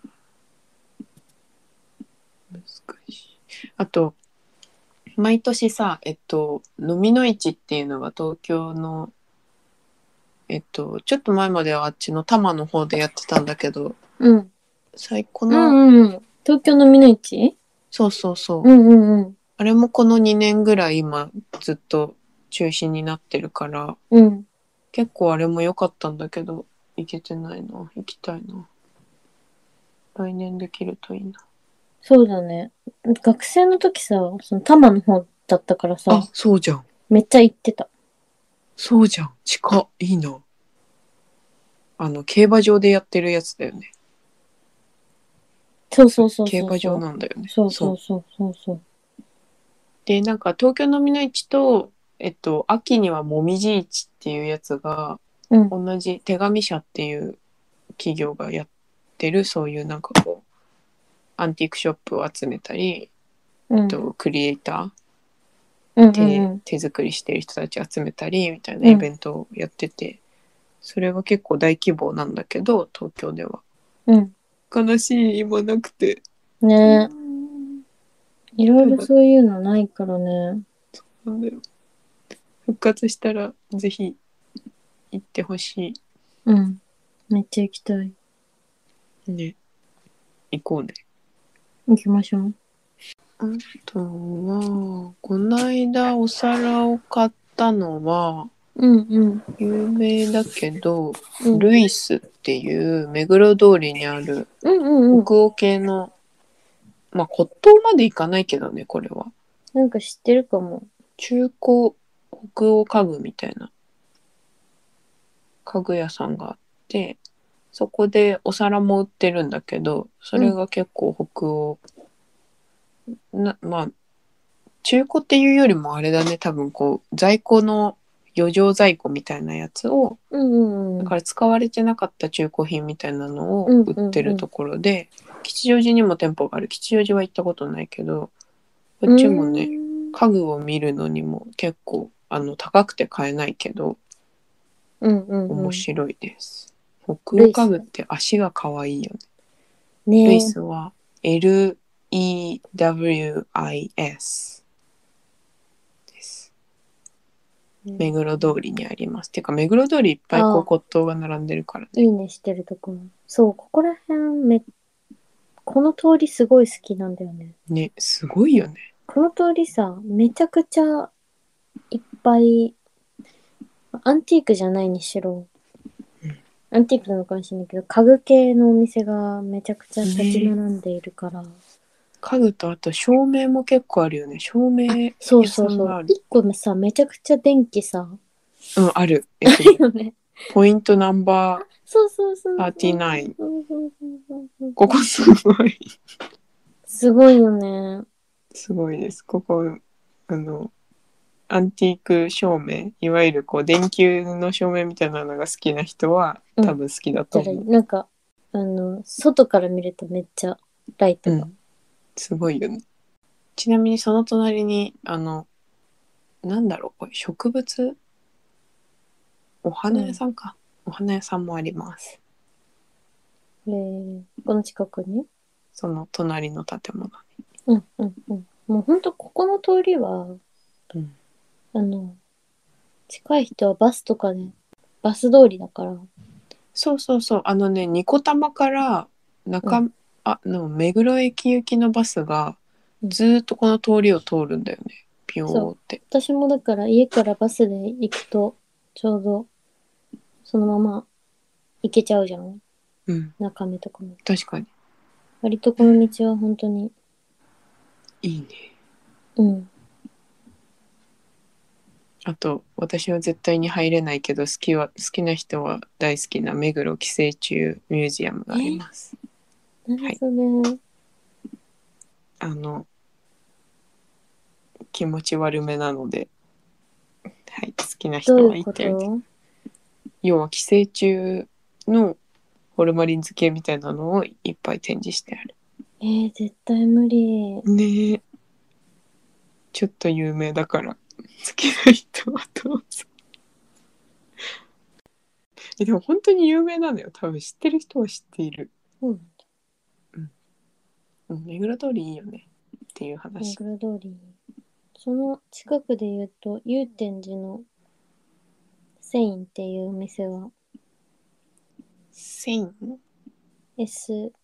[SPEAKER 1] 難しい。あと、毎年さ、飲みの市っていうのが東京の、ちょっと前まではあっちの多摩の方でやってたんだけど、
[SPEAKER 2] うん。
[SPEAKER 1] 最高の、
[SPEAKER 2] 東京のみの市？
[SPEAKER 1] そうそうそう。あれもこの2年ぐらい今ずっと中止になってるから、結構あれも良かったんだけど、行けてないな。行きたいな。来年できるといいな。
[SPEAKER 2] そうだね。学生の時さ、その多摩の方だったからさ、
[SPEAKER 1] そうじゃん。
[SPEAKER 2] めっちゃ行ってた。
[SPEAKER 1] そうじゃん。近っ。いいな。競馬場でやってるやつだよね。
[SPEAKER 2] そうそうそうそう。
[SPEAKER 1] 競馬場なんだよね。
[SPEAKER 2] そうそうそうそうそう。
[SPEAKER 1] で、なんか東京のみの市と、秋にはもみじ市っていうやつが、同じ手紙社っていう企業がやってる、そういうなんかこう、アンティークショップを集めたり、クリエイター、手作りしてる人たち集めたりみたいなイベントをやってて、それは結構大規模なんだけど、東京では。悲しい、今なくて。
[SPEAKER 2] ねえ。いろいろそういうのないからね。
[SPEAKER 1] そうなんだよ。復活したらぜひ行ってほしい。
[SPEAKER 2] めっちゃ行きたい。
[SPEAKER 1] ね。行こうね。
[SPEAKER 2] 行きましょう。
[SPEAKER 1] あとは、この間お皿を買ったのは、有名だけど、ルイスっていう目黒通りにある北欧系の、まあ骨董までいかないけどね、これは。
[SPEAKER 2] なんか知ってるかも。
[SPEAKER 1] 中古北欧家具みたいな家具屋さんがあって、そこでお皿も売ってるんだけど、それが結構北欧、まあ中古っていうよりもあれだね、多分こう在庫の余剰在庫みたいなやつを、
[SPEAKER 2] だ
[SPEAKER 1] から使われてなかった中古品みたいなのを売ってるところで、吉祥寺にも店舗がある。吉祥寺は行ったことないけど、こっちもね、家具を見るのにも結構高くて買えないけど、面白いです。北欧家具って足が可愛いよね。ルイスは LEWIS です。目黒通りにあります。てか目黒通りいっぱい骨董が並んでるからね。
[SPEAKER 2] いいねしてるところ。そう、ここら辺この通りすごい好きなんだよね。
[SPEAKER 1] ね、すごいよね。
[SPEAKER 2] この通りさ、めちゃくちゃいっぱい、アンティークじゃないにしろ、アンティークなのかもしれないけど、家具系のお店がめちゃくちゃ立ち並んでいるから。
[SPEAKER 1] 家具とあと照明も結構あるよね。照明屋さんがある。
[SPEAKER 2] 一個さ、めちゃくちゃ電気さ。
[SPEAKER 1] ある。
[SPEAKER 2] よね。
[SPEAKER 1] ポイントナンバー39。ここすごい。
[SPEAKER 2] すごいよね。
[SPEAKER 1] すごいです。ここ、アンティーク照明、いわゆる電球の照明みたいなのが好きな人は多分好きだと思う。
[SPEAKER 2] なんか、外から見るとめっちゃライトが。
[SPEAKER 1] すごいよね。ちなみにその隣に、なんだろう、これ植物お花屋さんか。お花屋さんもあります。
[SPEAKER 2] この近くに
[SPEAKER 1] その隣の建物
[SPEAKER 2] に。もうほんとここの通りは、近い人はバスとかで、バス通りだから。
[SPEAKER 1] そう。ニコタマから目黒駅行きのバスがずっとこの通りを通るんだよね。ピヨーって。
[SPEAKER 2] 私もだから家からバスで行くと、ちょうど、そのまま行けちゃうじゃん。中目とかも。
[SPEAKER 1] 確かに。
[SPEAKER 2] 割とこの道は本当に。
[SPEAKER 1] いいね。あと、私は絶対に入れないけど、好きな人は大好きな目黒寄生虫ミュージアムがあります。
[SPEAKER 2] 何それ、
[SPEAKER 1] 気持ち悪めなので、はい、好きな人は行ってみて。要は寄生虫のホルマリン漬けみたいなのをいっぱい展示してある。
[SPEAKER 2] 絶対無理。
[SPEAKER 1] ねえ。ちょっと有名だから、好きな人はどうぞ。でも本当に有名なのよ。多分知ってる人は知っている。目黒通りいいよねっていう話。
[SPEAKER 2] 目黒通り。その近くで言うと、祐天寺のセインっていうお店は、
[SPEAKER 1] セイン
[SPEAKER 2] SEIN。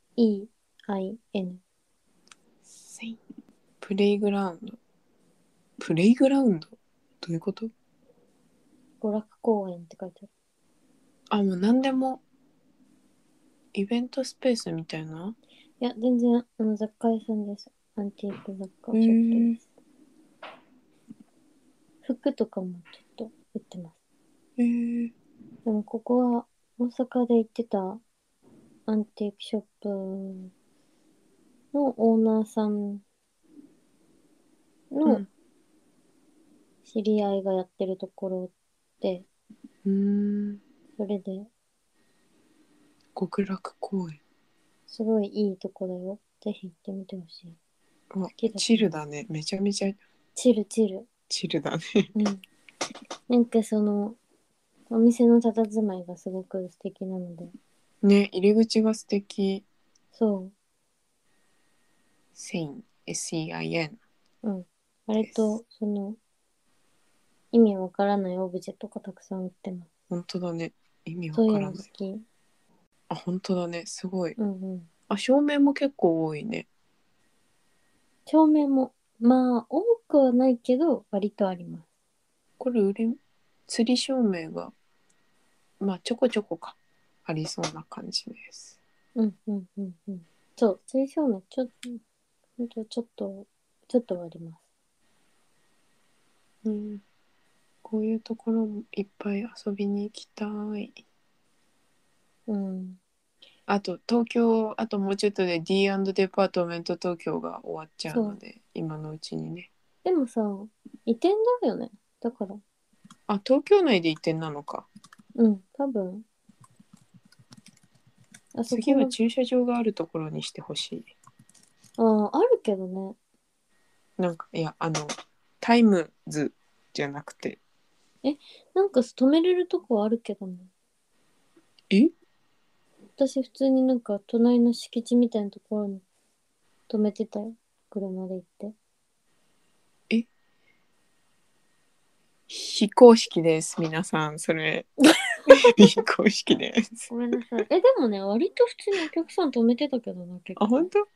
[SPEAKER 1] セイン。プレイグラウンド。プレイグラウンドどういうこと？
[SPEAKER 2] 娯楽公園って書いて
[SPEAKER 1] ある。もう何でもイベントスペースみたいな？
[SPEAKER 2] いや、全然、雑貨屋さんです。アンティーク雑貨ショップです。服とかもちょっと売ってます。でもここは大阪で行ってたアンティークショップのオーナーさんの知り合いがやってるところで、それで
[SPEAKER 1] 極楽公園。
[SPEAKER 2] すごいいいとこだよ。ぜひ行ってみてほしい。
[SPEAKER 1] 好きだ。チルだね。めちゃめちゃ
[SPEAKER 2] チル
[SPEAKER 1] だね。
[SPEAKER 2] なんかそのお店の佇まいがすごく素敵なので。
[SPEAKER 1] ね、入り口が素敵。
[SPEAKER 2] そう。
[SPEAKER 1] セイン、SEIN。
[SPEAKER 2] あれと、その、意味わからないオブジェとかたくさん売ってます。
[SPEAKER 1] 本当だね。意味わからない。そういうの好
[SPEAKER 2] き。
[SPEAKER 1] 本当だね。すごい。照明も結構多いね。
[SPEAKER 2] 照明も、まあ、多くはないけど、割とあります。
[SPEAKER 1] これ釣り照明が、まあ、ちょこちょこありそうな感じです。そう、釣り照明、ちょっとはあります。こういうところもいっぱい遊びに行きたい。あと東京、あともうちょっとで D& デパートメント東京が終わっちゃうので、今のうちにね。
[SPEAKER 2] でもさ、移転だよね。だから。
[SPEAKER 1] あ、東京内で移転なのか。
[SPEAKER 2] うん、多分。あそこ
[SPEAKER 1] 次は
[SPEAKER 2] の、
[SPEAKER 1] 駐車場があるところにしてほしい。
[SPEAKER 2] あるけどね。
[SPEAKER 1] なんか、いや、タイムズじゃなくて。
[SPEAKER 2] なんか止めれるとこあるけどね。
[SPEAKER 1] え
[SPEAKER 2] 私普通になんか隣の敷地みたいなところに止めてたよ。車で行って。
[SPEAKER 1] え非公式です、皆さん、それ。非公式です。
[SPEAKER 2] ごめんなさい。でもね、割と普通にお客さん止めてたけどな、結
[SPEAKER 1] あ、
[SPEAKER 2] 構。
[SPEAKER 1] 本当？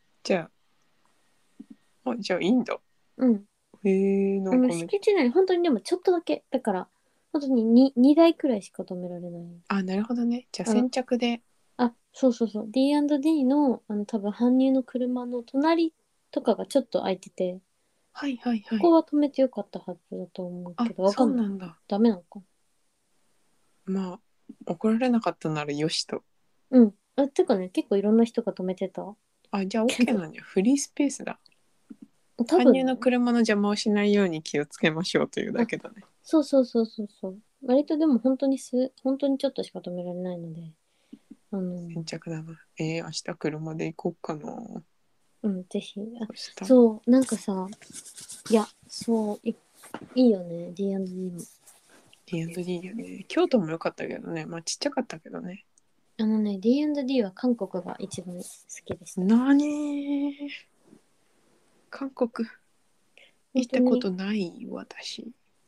[SPEAKER 1] じゃあいいんだ。
[SPEAKER 2] うん。
[SPEAKER 1] へえ、なんか
[SPEAKER 2] 敷地内、本当にでもちょっとだけ。だから、本当に2台くらいしか止められない。
[SPEAKER 1] あ、なるほどね。じゃあ
[SPEAKER 2] あの、
[SPEAKER 1] 先着で。
[SPEAKER 2] そうそうそう。D&D の、多分搬入の車の隣とかがちょっと空いてて、
[SPEAKER 1] はいはいはい。
[SPEAKER 2] ここは止めてよかったはずだと思う
[SPEAKER 1] あ、
[SPEAKER 2] けど、わ
[SPEAKER 1] そ
[SPEAKER 2] かんない。
[SPEAKER 1] うなんだ。
[SPEAKER 2] ダメなのか
[SPEAKER 1] まあ、怒られなかったならよしと。
[SPEAKER 2] な。うん。てかね、結構いろんな人が止めてた
[SPEAKER 1] あ、じゃあ
[SPEAKER 2] け
[SPEAKER 1] OK
[SPEAKER 2] ど、
[SPEAKER 1] なんじゃ。フリースペースだ。搬入
[SPEAKER 2] 多分ね。
[SPEAKER 1] の車の邪魔をしないように気をつけましょうというだけだね。
[SPEAKER 2] そうそうそうそうそう。割とでも本当にちょっとしか止められないので、
[SPEAKER 1] 先着だな。明日車で行こうかな。
[SPEAKER 2] ぜひ。
[SPEAKER 1] そしたら。
[SPEAKER 2] そう、なんかさ、いや、そう、いいよね、D&D も。
[SPEAKER 1] D&D よね。京都も良かったけどね。まあちっちゃかったけどね。
[SPEAKER 2] D&D は韓国が一番好きでした。
[SPEAKER 1] なにー韓国行ったこ
[SPEAKER 2] 本当に、
[SPEAKER 1] とない私。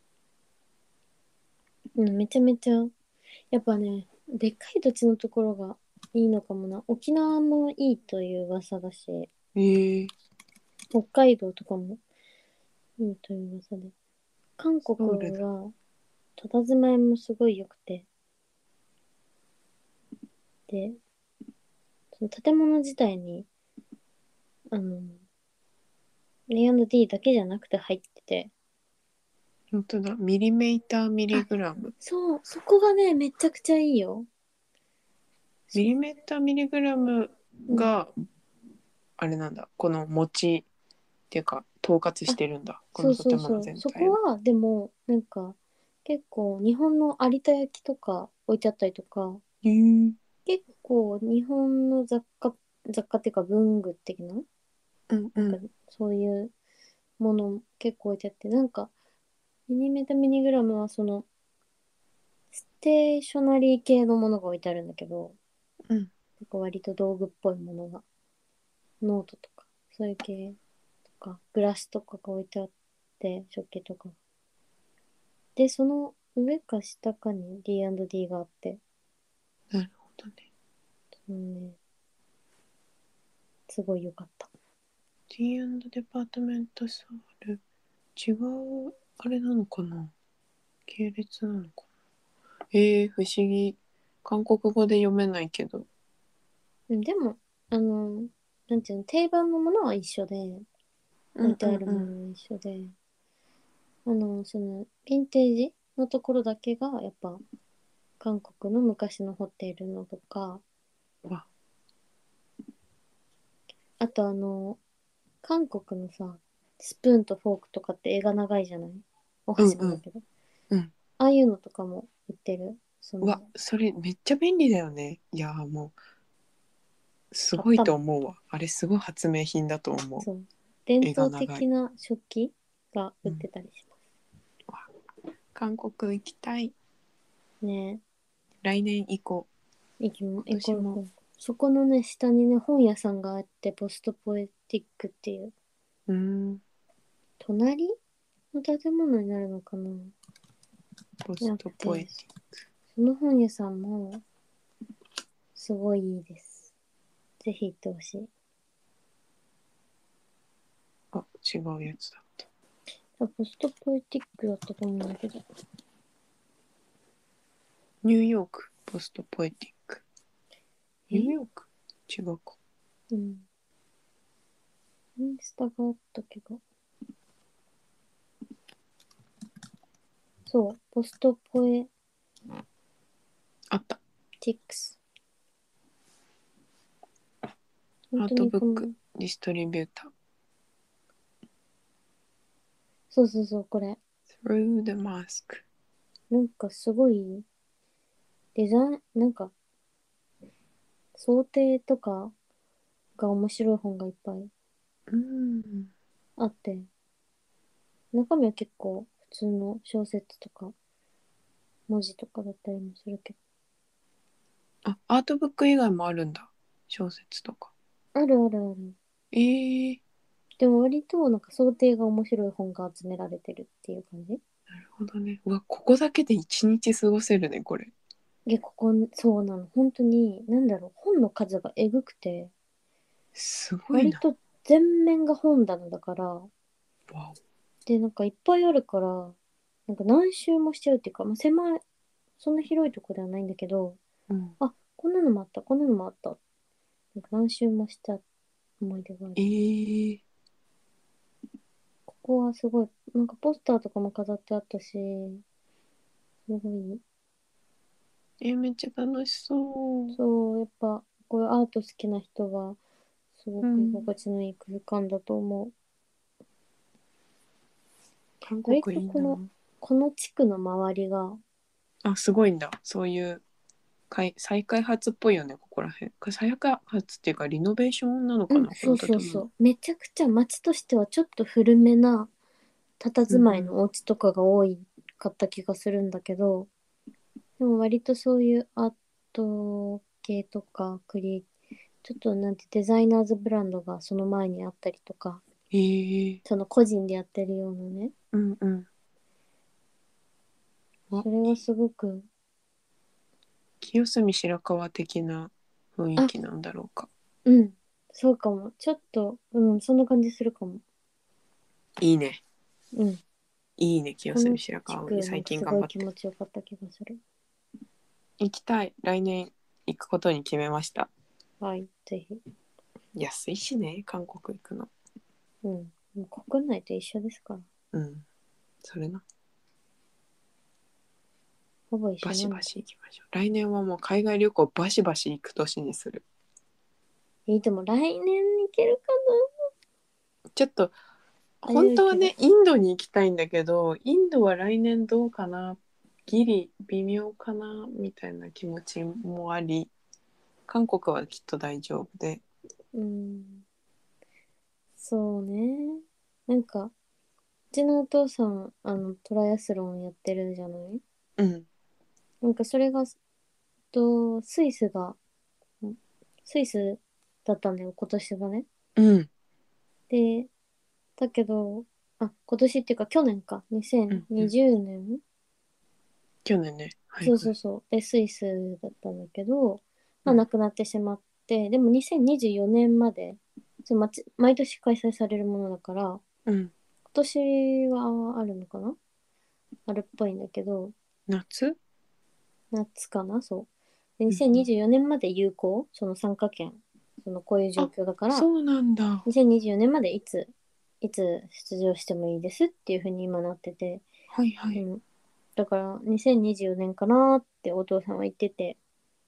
[SPEAKER 2] めちゃめちゃ、やっぱね、でっかい土地のところがいいのかもな。沖縄もいいという噂だし、
[SPEAKER 1] ええ
[SPEAKER 2] 北海道とかもいいという噂で。韓
[SPEAKER 1] ソウルだ。
[SPEAKER 2] 国は、佇まいもすごい良くて、で、その建物自体に、あの、A&D だけじゃなくて入ってて、
[SPEAKER 1] 本当だ。ミリメーターミリグラム。
[SPEAKER 2] そう、そこがね、めちゃくちゃいいよ。
[SPEAKER 1] ミリメーターミリグラム
[SPEAKER 2] うん。
[SPEAKER 1] が、あれなんだ。この餅っていうか、統括してるんだ。こ
[SPEAKER 2] そう
[SPEAKER 1] の建物
[SPEAKER 2] そうそう。
[SPEAKER 1] 全体を。
[SPEAKER 2] そこは、でも、なんか、結構、日本の有田焼とか置いてあったりとか、
[SPEAKER 1] へえ
[SPEAKER 2] 結構、日本の雑貨っていうか文具的な、なんか、
[SPEAKER 1] うんうん。
[SPEAKER 2] そういうもの結構置いてあって、なんか、ミニメタミニグラムは、ステーショナリー系のものが置いてあるんだけど、
[SPEAKER 1] うん。
[SPEAKER 2] なんか割と道具っぽいものが、ノートとか、そういう系とか、グラスとかが置いてあって、食器とか。で、その上か下かに D&D があって、
[SPEAKER 1] なるほどね。
[SPEAKER 2] そのね、すごい良かった。
[SPEAKER 1] T& デパートメントソウル。違う、あれなのかな、系列なのかな。不思議。韓国語で読めないけど。
[SPEAKER 2] でも、なんていうの、定番のものは一緒で、
[SPEAKER 1] うん
[SPEAKER 2] 置いてある
[SPEAKER 1] うんうん。
[SPEAKER 2] ものは一緒で、ヴィンテージのところだけが、やっぱ、韓国の昔のホテルのとか、
[SPEAKER 1] わ、
[SPEAKER 2] あと韓国のさ、スプーンとフォークとかって絵が長いじゃない？お
[SPEAKER 1] うんうん。
[SPEAKER 2] 箸もだけど。
[SPEAKER 1] うん。
[SPEAKER 2] ああいうのとかも売ってる。
[SPEAKER 1] わ、それめっちゃ便利だよね。いやもう、すごい
[SPEAKER 2] 買ったもん。
[SPEAKER 1] と思うわ。あれすごい発明品だと思う。
[SPEAKER 2] そう。伝
[SPEAKER 1] 絵が
[SPEAKER 2] 統
[SPEAKER 1] 長い。
[SPEAKER 2] 的な食器が売っ
[SPEAKER 1] うん。
[SPEAKER 2] てたりしま
[SPEAKER 1] わ、韓国行きたい。
[SPEAKER 2] す。ね。
[SPEAKER 1] 来年行こう。今
[SPEAKER 2] 行こ
[SPEAKER 1] 年も。
[SPEAKER 2] う行こう。そこのね、下にね、本屋さんがあって、ポストポエティックっていう、
[SPEAKER 1] うーん。
[SPEAKER 2] 隣の建物になるのかな？
[SPEAKER 1] ポス
[SPEAKER 2] なくて、
[SPEAKER 1] トポエティ。
[SPEAKER 2] その本屋さんも、すごいいいです。ぜひ行ってほしい。
[SPEAKER 1] あ、違うやつだ。
[SPEAKER 2] ポストポエティックだったと思うんだけど。
[SPEAKER 1] ニューヨーク、ポストポエティック。ニュー
[SPEAKER 2] え
[SPEAKER 1] ヨーク違うか。
[SPEAKER 2] うん。インスタがあったけど。そう、ポストポエ
[SPEAKER 1] あった。
[SPEAKER 2] ティックス。本当
[SPEAKER 1] アートブック、
[SPEAKER 2] にこの、
[SPEAKER 1] ディストリビューター。
[SPEAKER 2] そうそうそう、これ。
[SPEAKER 1] Through the Mask。
[SPEAKER 2] なんかすごい、デザイン、なんか、想定とかが面白い本がいっぱい
[SPEAKER 1] うん。
[SPEAKER 2] あって、中身は結構普通の小説とか文字とかだったりもするけ
[SPEAKER 1] あ、アートブック以外もあるんだ。小説とか。
[SPEAKER 2] ど。あるあるある。
[SPEAKER 1] ええ
[SPEAKER 2] でも割となんか想定が面白い本が集められてるっていう感じ。
[SPEAKER 1] なるほどね。うわ、ここだけで一日過ごせるね、これ。
[SPEAKER 2] ここ、そうなの。本当に、なんだろう、本の数がえぐくて、
[SPEAKER 1] すごいな。
[SPEAKER 2] 割と全面が本棚だから、
[SPEAKER 1] わ
[SPEAKER 2] で、なんかいっぱいあるから、なんか何周もしちゃうっていうか、まあ、狭い、そんな広いとこではないんだけど、
[SPEAKER 1] お。うん。
[SPEAKER 2] あ、こんなのもあった、こんなのもあった。なんか何周もした思い出がある。
[SPEAKER 1] ええ
[SPEAKER 2] ここはすごい、なんかポスターとかも飾ってあったし、すごい、
[SPEAKER 1] めっちゃ楽しそう。
[SPEAKER 2] そう、やっぱ、こういうアート好きな人は、すごく居
[SPEAKER 1] うん。
[SPEAKER 2] 心地のいい空間だと思う。
[SPEAKER 1] 韓
[SPEAKER 2] 割
[SPEAKER 1] 国いいな。
[SPEAKER 2] とこの地区の周りが、
[SPEAKER 1] あ、すごいんだ。そういう再開発っぽいよね、ここら辺。再開発っていうか、リノベーションなの
[SPEAKER 2] うん、
[SPEAKER 1] かな、こ
[SPEAKER 2] そう
[SPEAKER 1] の建物。
[SPEAKER 2] そうそう。めちゃくちゃ街としてはちょっと古めな佇まいの
[SPEAKER 1] うんうん。
[SPEAKER 2] お家とかが多かった気がするんだけど、でも割とそういうアート系とかちょっとなんてデザイナーズブランドがその前にあったりとか、
[SPEAKER 1] ええ
[SPEAKER 2] その個人でやってるようなね、
[SPEAKER 1] うんうん。あ、
[SPEAKER 2] それがすごく、
[SPEAKER 1] 清澄白河的な雰囲
[SPEAKER 2] あ、
[SPEAKER 1] 気なんだろうか。
[SPEAKER 2] うん、そうかも。ちょっと、うん、そんな感じするかも。
[SPEAKER 1] いいね。
[SPEAKER 2] うん。
[SPEAKER 1] いいね、清
[SPEAKER 2] この
[SPEAKER 1] 澄白
[SPEAKER 2] 地区な
[SPEAKER 1] 河最
[SPEAKER 2] んかすごい
[SPEAKER 1] 近頑張って。
[SPEAKER 2] 気持ちよかった気がする。
[SPEAKER 1] 行きたい。来年行くことに決めました。
[SPEAKER 2] はい、ぜひ。
[SPEAKER 1] 安いしね、韓国行くの。
[SPEAKER 2] うん。もう国内と一緒ですから。
[SPEAKER 1] うん。それな。
[SPEAKER 2] ほぼ一
[SPEAKER 1] バシバ
[SPEAKER 2] 緒なので。
[SPEAKER 1] シ行きましょう。来年はもう海外旅行バシバシ行く年にする。
[SPEAKER 2] でも来年行けるか
[SPEAKER 1] ちょっと
[SPEAKER 2] な。迷うけど。
[SPEAKER 1] 本当はね、インドに行きたいんだけど、インドは来年どうかな、ギリ微妙かなみたいな気持ちもあり、韓国はきっと大丈夫で。
[SPEAKER 2] うん。そうね。なんか、うちのお父さん、トライアスロンやってるじゃない。
[SPEAKER 1] うん。
[SPEAKER 2] なんかそれが、スイスだったんだよ、今年がね。
[SPEAKER 1] うん。
[SPEAKER 2] で、だけど、今年っていうか去年か、
[SPEAKER 1] うんうん。
[SPEAKER 2] 2020年。
[SPEAKER 1] 去年ね。はい
[SPEAKER 2] そう
[SPEAKER 1] はい。
[SPEAKER 2] そうそう。で、スイスだったんだけど、まあ、
[SPEAKER 1] うん。
[SPEAKER 2] 亡くなってしまって、でも2024年まで、毎年開催されるものだから、今
[SPEAKER 1] うん。
[SPEAKER 2] 年はあるのかな、あるっぽいんだけど、
[SPEAKER 1] 夏。
[SPEAKER 2] 夏かなそう。で、
[SPEAKER 1] うんうん。
[SPEAKER 2] 2024年まで有効、その参加権、こういう状
[SPEAKER 1] あ、
[SPEAKER 2] 況だから、
[SPEAKER 1] そうなんだ。
[SPEAKER 2] 2024年までいつ出場してもいいですっていうふうに今なってて、
[SPEAKER 1] はいはい。
[SPEAKER 2] うん。だから2024年かなってお父さんは言ってて、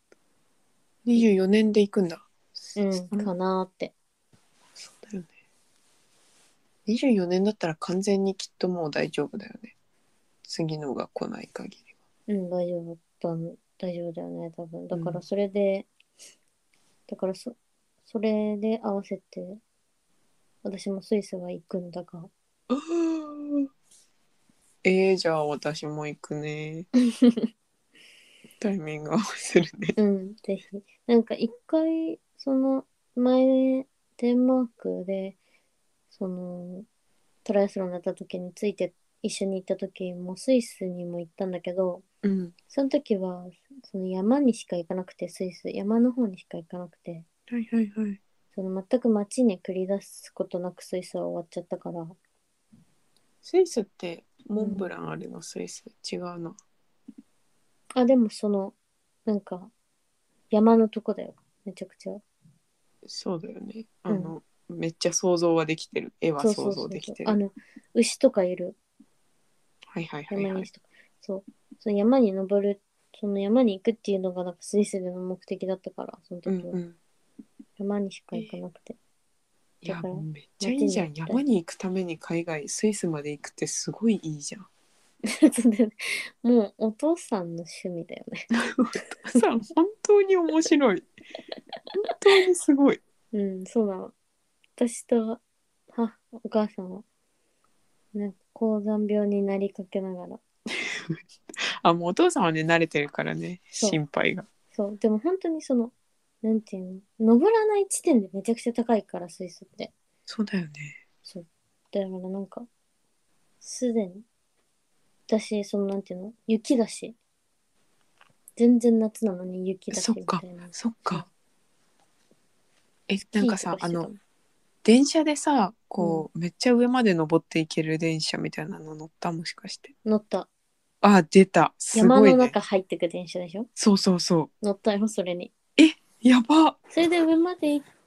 [SPEAKER 1] 24年で行くんだ。
[SPEAKER 2] うん、
[SPEAKER 1] あれ、
[SPEAKER 2] かなって。
[SPEAKER 1] そうだよね。24年だったら完全にきっともう大丈夫だよね。次のが来ない限りは。
[SPEAKER 2] うん、大丈夫だよね、多分。
[SPEAKER 1] うん。
[SPEAKER 2] だからそれで合わせて、私もスイスは行くんだが。
[SPEAKER 1] あーじゃあ私も行くね。タイミング合わせるね。
[SPEAKER 2] うん、ぜひ。なんか一回、前、デンマークで、その、トライアスロンだった時に一緒に行った時もスイスにも行ったんだけど、
[SPEAKER 1] うん。
[SPEAKER 2] その時は、その山にしか行かなくて、スイス、山の方にしか行かなくて、
[SPEAKER 1] はいはいはい。
[SPEAKER 2] 全く街に繰り出すことなくスイスは終わっちゃったから、
[SPEAKER 1] スイスってモンブ
[SPEAKER 2] うん。
[SPEAKER 1] ランあるの？スイス違うの？
[SPEAKER 2] でもなんか、山のとこだよ。めちゃくちゃ。
[SPEAKER 1] そうだよね。
[SPEAKER 2] うん。
[SPEAKER 1] めっちゃ想像はできてる。絵は
[SPEAKER 2] そう
[SPEAKER 1] 想像
[SPEAKER 2] そうそうそう。
[SPEAKER 1] できてる。
[SPEAKER 2] 牛とかいる。
[SPEAKER 1] はいはいはいはい。
[SPEAKER 2] 山に牛とか。そう。その山に登る、その山に行くっていうのが、なんかスイスでの目的だったから、その時は。
[SPEAKER 1] うんうん。
[SPEAKER 2] 山にしか行か
[SPEAKER 1] え
[SPEAKER 2] なくて。
[SPEAKER 1] いや、
[SPEAKER 2] だから、
[SPEAKER 1] めっちゃい
[SPEAKER 2] 街
[SPEAKER 1] いじゃん。
[SPEAKER 2] に行きたい。
[SPEAKER 1] 山に行くために海外、スイスまで行くってすごいいいじゃん。
[SPEAKER 2] もうお父さんの趣味だよね。
[SPEAKER 1] お父さん本当に面白い。本当にすごい。
[SPEAKER 2] うん、そうだわ。私とお母さんは、なんか高山病になりかけながら。
[SPEAKER 1] あ、もうお父さんはね慣れてるからね、
[SPEAKER 2] そう
[SPEAKER 1] 心配が。
[SPEAKER 2] そう、でも本当にその、なんていうの、登らない地点でめちゃくちゃ高いから、スイスって。
[SPEAKER 1] そうだよね。
[SPEAKER 2] そう。だからなんか、すでに、私、そのなんていうの、雪だし、全然夏なのに雪だし
[SPEAKER 1] そっか
[SPEAKER 2] みたいな。
[SPEAKER 1] そっか。
[SPEAKER 2] スキーと
[SPEAKER 1] なんかさ、
[SPEAKER 2] かしてたもん。
[SPEAKER 1] 電車でさ、
[SPEAKER 2] うん。
[SPEAKER 1] めっちゃ上まで登っていける電車みたいなの乗った？もしかして。
[SPEAKER 2] 乗った。
[SPEAKER 1] あ、出た。す
[SPEAKER 2] 山の
[SPEAKER 1] ごいね。
[SPEAKER 2] 中入ってく電車でしょ？
[SPEAKER 1] そうそうそう。
[SPEAKER 2] 乗ったよ、それに。
[SPEAKER 1] やば。
[SPEAKER 2] それで上まで行って、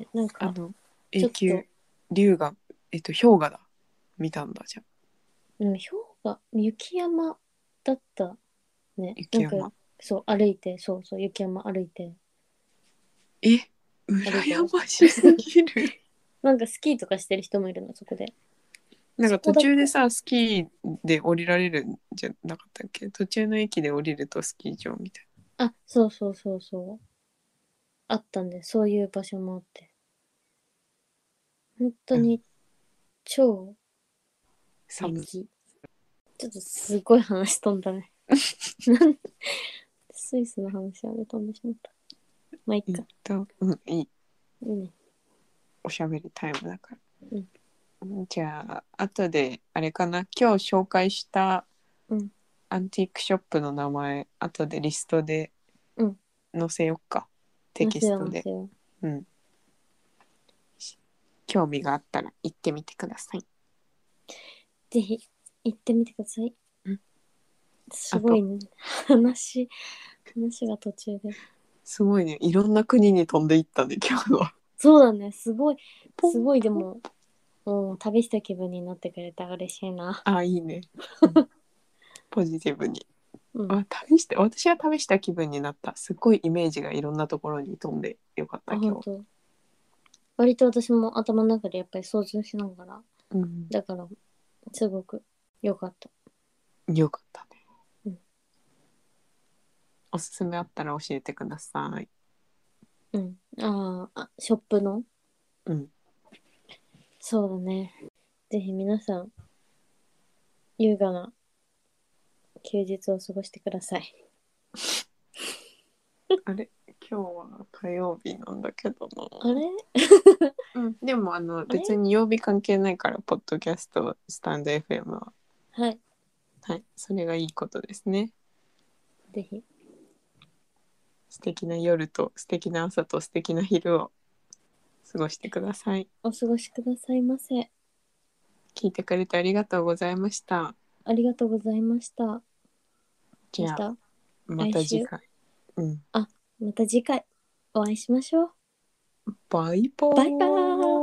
[SPEAKER 2] なんか、ちょっ
[SPEAKER 1] 永久
[SPEAKER 2] と、
[SPEAKER 1] 龍河、氷河だ。見たんだじゃん。
[SPEAKER 2] うん、氷河、雪山だったね。なんか、
[SPEAKER 1] 雪山。
[SPEAKER 2] そう、歩いて、そうそう、雪山歩いて、
[SPEAKER 1] え、
[SPEAKER 2] 歩いたよ。
[SPEAKER 1] 羨ましすぎる。
[SPEAKER 2] なんかスキーとかしてる人もいるの、そこで。
[SPEAKER 1] なんか途
[SPEAKER 2] そこだけ。
[SPEAKER 1] 中でさ、スキーで降りられるんじゃなかったっけ？途中の駅で降りるとスキー場みたい
[SPEAKER 2] あ、そうそうそうそう。あったんで、そういう場所もあって。本当
[SPEAKER 1] な。うん。
[SPEAKER 2] に超
[SPEAKER 1] 寒い。
[SPEAKER 2] 雪。ちょっとすごい話飛んだね。なんスイスの話はね、飛んでしまった。まあ、いっか。
[SPEAKER 1] いい。
[SPEAKER 2] いいね。
[SPEAKER 1] おしゃべりタイムだから。
[SPEAKER 2] うん。
[SPEAKER 1] じゃあ、後で、あれかな、今日紹介した
[SPEAKER 2] うん。
[SPEAKER 1] アンティークショップの名前、後でリストで
[SPEAKER 2] うん。
[SPEAKER 1] 載せよっか。テ
[SPEAKER 2] 載せよう、
[SPEAKER 1] キストで。
[SPEAKER 2] 載せよ
[SPEAKER 1] うん。興味があったら行ってみてください。
[SPEAKER 2] う。ぜひ、行ってみてください。
[SPEAKER 1] うん。
[SPEAKER 2] すごいね。話が途中で。
[SPEAKER 1] すごいね。いろんな国に飛んでいったね、今日は。
[SPEAKER 2] そうだね。すごい、
[SPEAKER 1] ポン
[SPEAKER 2] すごい、でも、もう旅した気分になってくれたら嬉しいな。
[SPEAKER 1] あ、いいね。うん、ポジティブに。
[SPEAKER 2] うん。
[SPEAKER 1] 私は旅した気分になった。すごいイメージがいろんなところに飛んでよかっ
[SPEAKER 2] あ、
[SPEAKER 1] た、今日。
[SPEAKER 2] 本当。割と私も頭の中でやっぱり想像しながら、
[SPEAKER 1] うん。
[SPEAKER 2] だから、すごく良かった。
[SPEAKER 1] よかったね。
[SPEAKER 2] うん。
[SPEAKER 1] おすすめあったら教えてください。
[SPEAKER 2] うん。ショップの
[SPEAKER 1] うん。
[SPEAKER 2] そうだね。ぜひ皆さん、優雅な休日を過ごしてください。
[SPEAKER 1] あれ、今日は火曜日なんだけどな。
[SPEAKER 2] あれ
[SPEAKER 1] うん。でも
[SPEAKER 2] あれ
[SPEAKER 1] 別に曜日関係ないから、ポッドキャスト、スタンド FM は。
[SPEAKER 2] はい。
[SPEAKER 1] はい。それがいいことですね。
[SPEAKER 2] ぜひ。
[SPEAKER 1] 素敵な夜と素敵な朝と素敵な昼を過ごしてください。
[SPEAKER 2] お過ごしくださいませ。
[SPEAKER 1] 聞いてくれてありがとうございました。
[SPEAKER 2] ありがとうございました。
[SPEAKER 1] じゃあ、
[SPEAKER 2] また
[SPEAKER 1] ま
[SPEAKER 2] 来週。
[SPEAKER 1] た次回。うん。
[SPEAKER 2] また次回お会いしましょう。
[SPEAKER 1] バイバ
[SPEAKER 2] バイバ
[SPEAKER 1] ーイ。
[SPEAKER 2] ーイ。